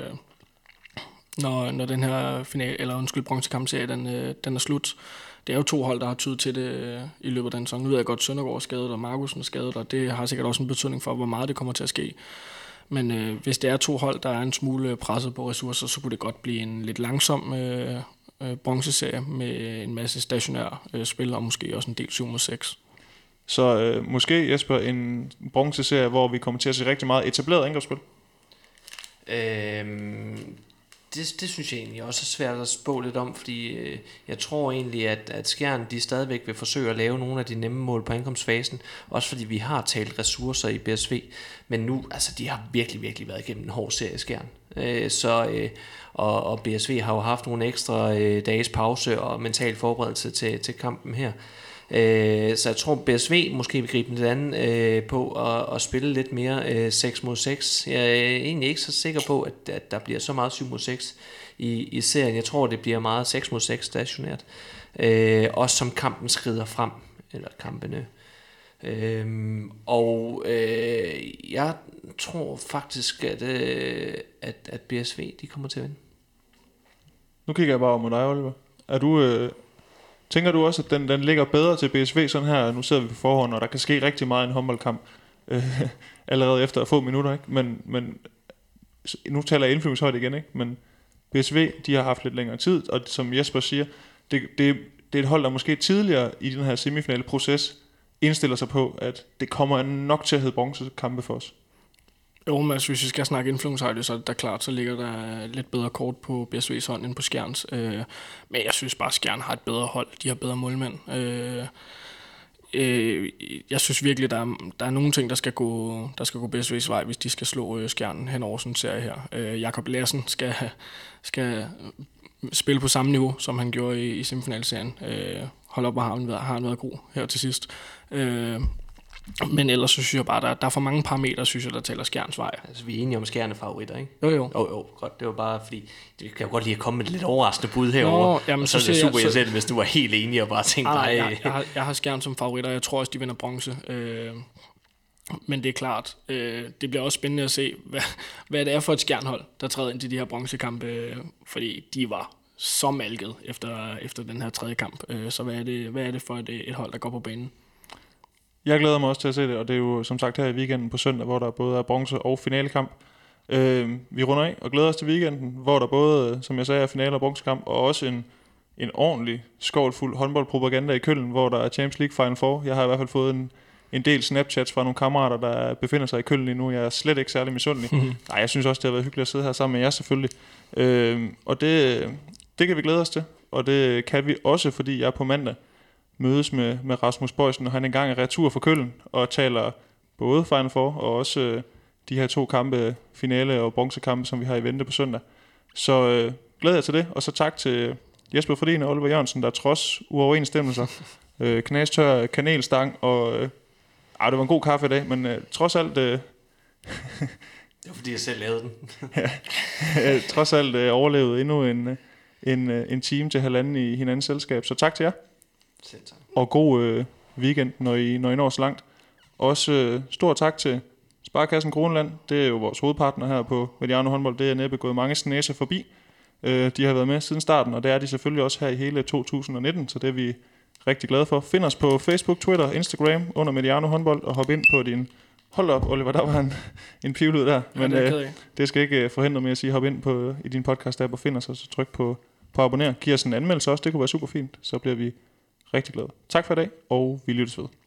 når den her bronzekampserie den er slut. Det er jo 2 hold, der har tydet til det i løbet af den sæson. Nu ved jeg godt, Søndergaard er skadet, og Markusen er skadet, og det har sikkert også en betydning for, hvor meget det kommer til at ske. Men hvis det er 2 hold, der er en smule presset på ressourcer, så kunne det godt blive en lidt langsom bronzeserie med en masse stationære spil, og måske også en del 7-6. Så måske, Jesper, en bronzeserie, hvor vi kommer til at se rigtig meget etableret angrebsspil? Det synes jeg egentlig også er svært at spå lidt om, fordi jeg tror egentlig, at Skjern de stadigvæk vil forsøge at lave nogle af de nemme mål på ankomstfasen, også fordi vi har talt ressourcer i BSV, men nu, altså de har virkelig, virkelig været igennem en hård serie Skjern. Og BSV har jo haft nogle ekstra dages pause og mental forberedelse til kampen her. Så jeg tror BSV måske vil gribe lidt andet på at spille lidt mere 6 mod 6. Jeg er egentlig ikke så sikker på, at der bliver så meget 7 mod 6 i serien. Jeg tror det bliver meget 6 mod 6 stationært. Også som kampen skrider frem, eller kampene. Jeg tror faktisk at BSV de kommer til at vinde. Nu kigger jeg bare over mod dig, Oliver. Er du tænker du også, at den ligger bedre til BSV sådan her? Nu sidder vi på forhånd, og der kan ske rigtig meget i en håndboldkamp allerede efter få minutter, ikke? Men nu taler jeg indflyvningshøjde igen, ikke? Men BSV, de har haft lidt længere tid, og som Jesper siger, det er et hold, der måske tidligere i den her semifinale proces indstiller sig på, at det kommer nok til at hedde bronzekampe for os. Jo, men hvis vi skal snakke influencer, så er det da klart, så ligger der lidt bedre kort på BSV's hånd end på Skjerns. Men jeg synes bare, at Skjern har et bedre hold. De har bedre målmænd. Jeg synes virkelig, der er nogle ting, der skal gå BSV's vej, hvis de skal slå Skjern hen over sådan en serie her. Jakob Larsen skal spille på samme niveau, som han gjorde i semifinalserien. Hold op, og har han været god her til sidst. Men ellers så synes jeg bare, der er for mange parametre, synes jeg, der taler Skjerns vej. Altså, vi er enige om Skjern er favoritter, ikke? Jo, godt. Det var bare fordi, det kan jo godt lide at komme med et lidt overraskende bud herovre. Jamen, og så er det super jeg selv, hvis du var helt enig og bare tænkte, jeg har Skjern som favoritter, jeg tror også, de vinder bronze. Men det er klart, det bliver også spændende at se, hvad det er for et Skjernhold, der træder ind til de her bronzekampe, fordi de var så malket efter den her tredje kamp. Så hvad er det for et hold, der går på banen? Jeg glæder mig også til at se det, og det er jo som sagt her i weekenden på søndag, hvor der både er bronze- og finalekamp. Vi runder af og glæder os til weekenden, hvor der både, som jeg sagde, er finale- og bronzekamp, og også en ordentlig skovlfuld håndboldpropaganda i Køln, hvor der er Champions League Final Four. Jeg har i hvert fald fået en del Snapchats fra nogle kammerater, der befinder sig i Køln lige nu. Jeg er slet ikke særlig misundelig. Nej, jeg synes også, det har været hyggeligt at sidde her sammen med jer selvfølgelig. Og det kan vi glæde os til, og det kan vi også, fordi jeg på mandag mødes med Rasmus Boysen, når han engang er retur fra Køln, og taler både Final Four og også de her 2 kampe, finale og bronzekampe, som vi har i vente på søndag. Så glæder jeg til det, og så tak til Jesper Fredin og Oliver Jørgensen, der trods uoverensstemmelser, knastør kanelstang, og det var en god kaffe i dag, men trods alt... det var fordi jeg selv lavede den. trods alt overlevede endnu en time til halvanden i hinandens selskab, så tak til jer. Og god weekend, når I når så langt. Også stor tak til Sparekassen Kroneland. Det er jo vores hovedpartner her på Mediano Håndbold. Det er næppe gået mange snæser forbi. De har været med siden starten, og det er de selvfølgelig også her i hele 2019, så det er vi rigtig glade for. Find os på Facebook, Twitter, Instagram under Mediano Håndbold, og hop ind på din... Hold op, Oliver, der var en pivlyd der. Men det skal ikke forhindre mig at sige, hop ind i din podcast-app og find os, og så tryk på på at abonnere. Giv os en anmeldelse også, det kunne være super fint. Så bliver vi rigtig glade. Tak for i dag, og vi lyttes ved.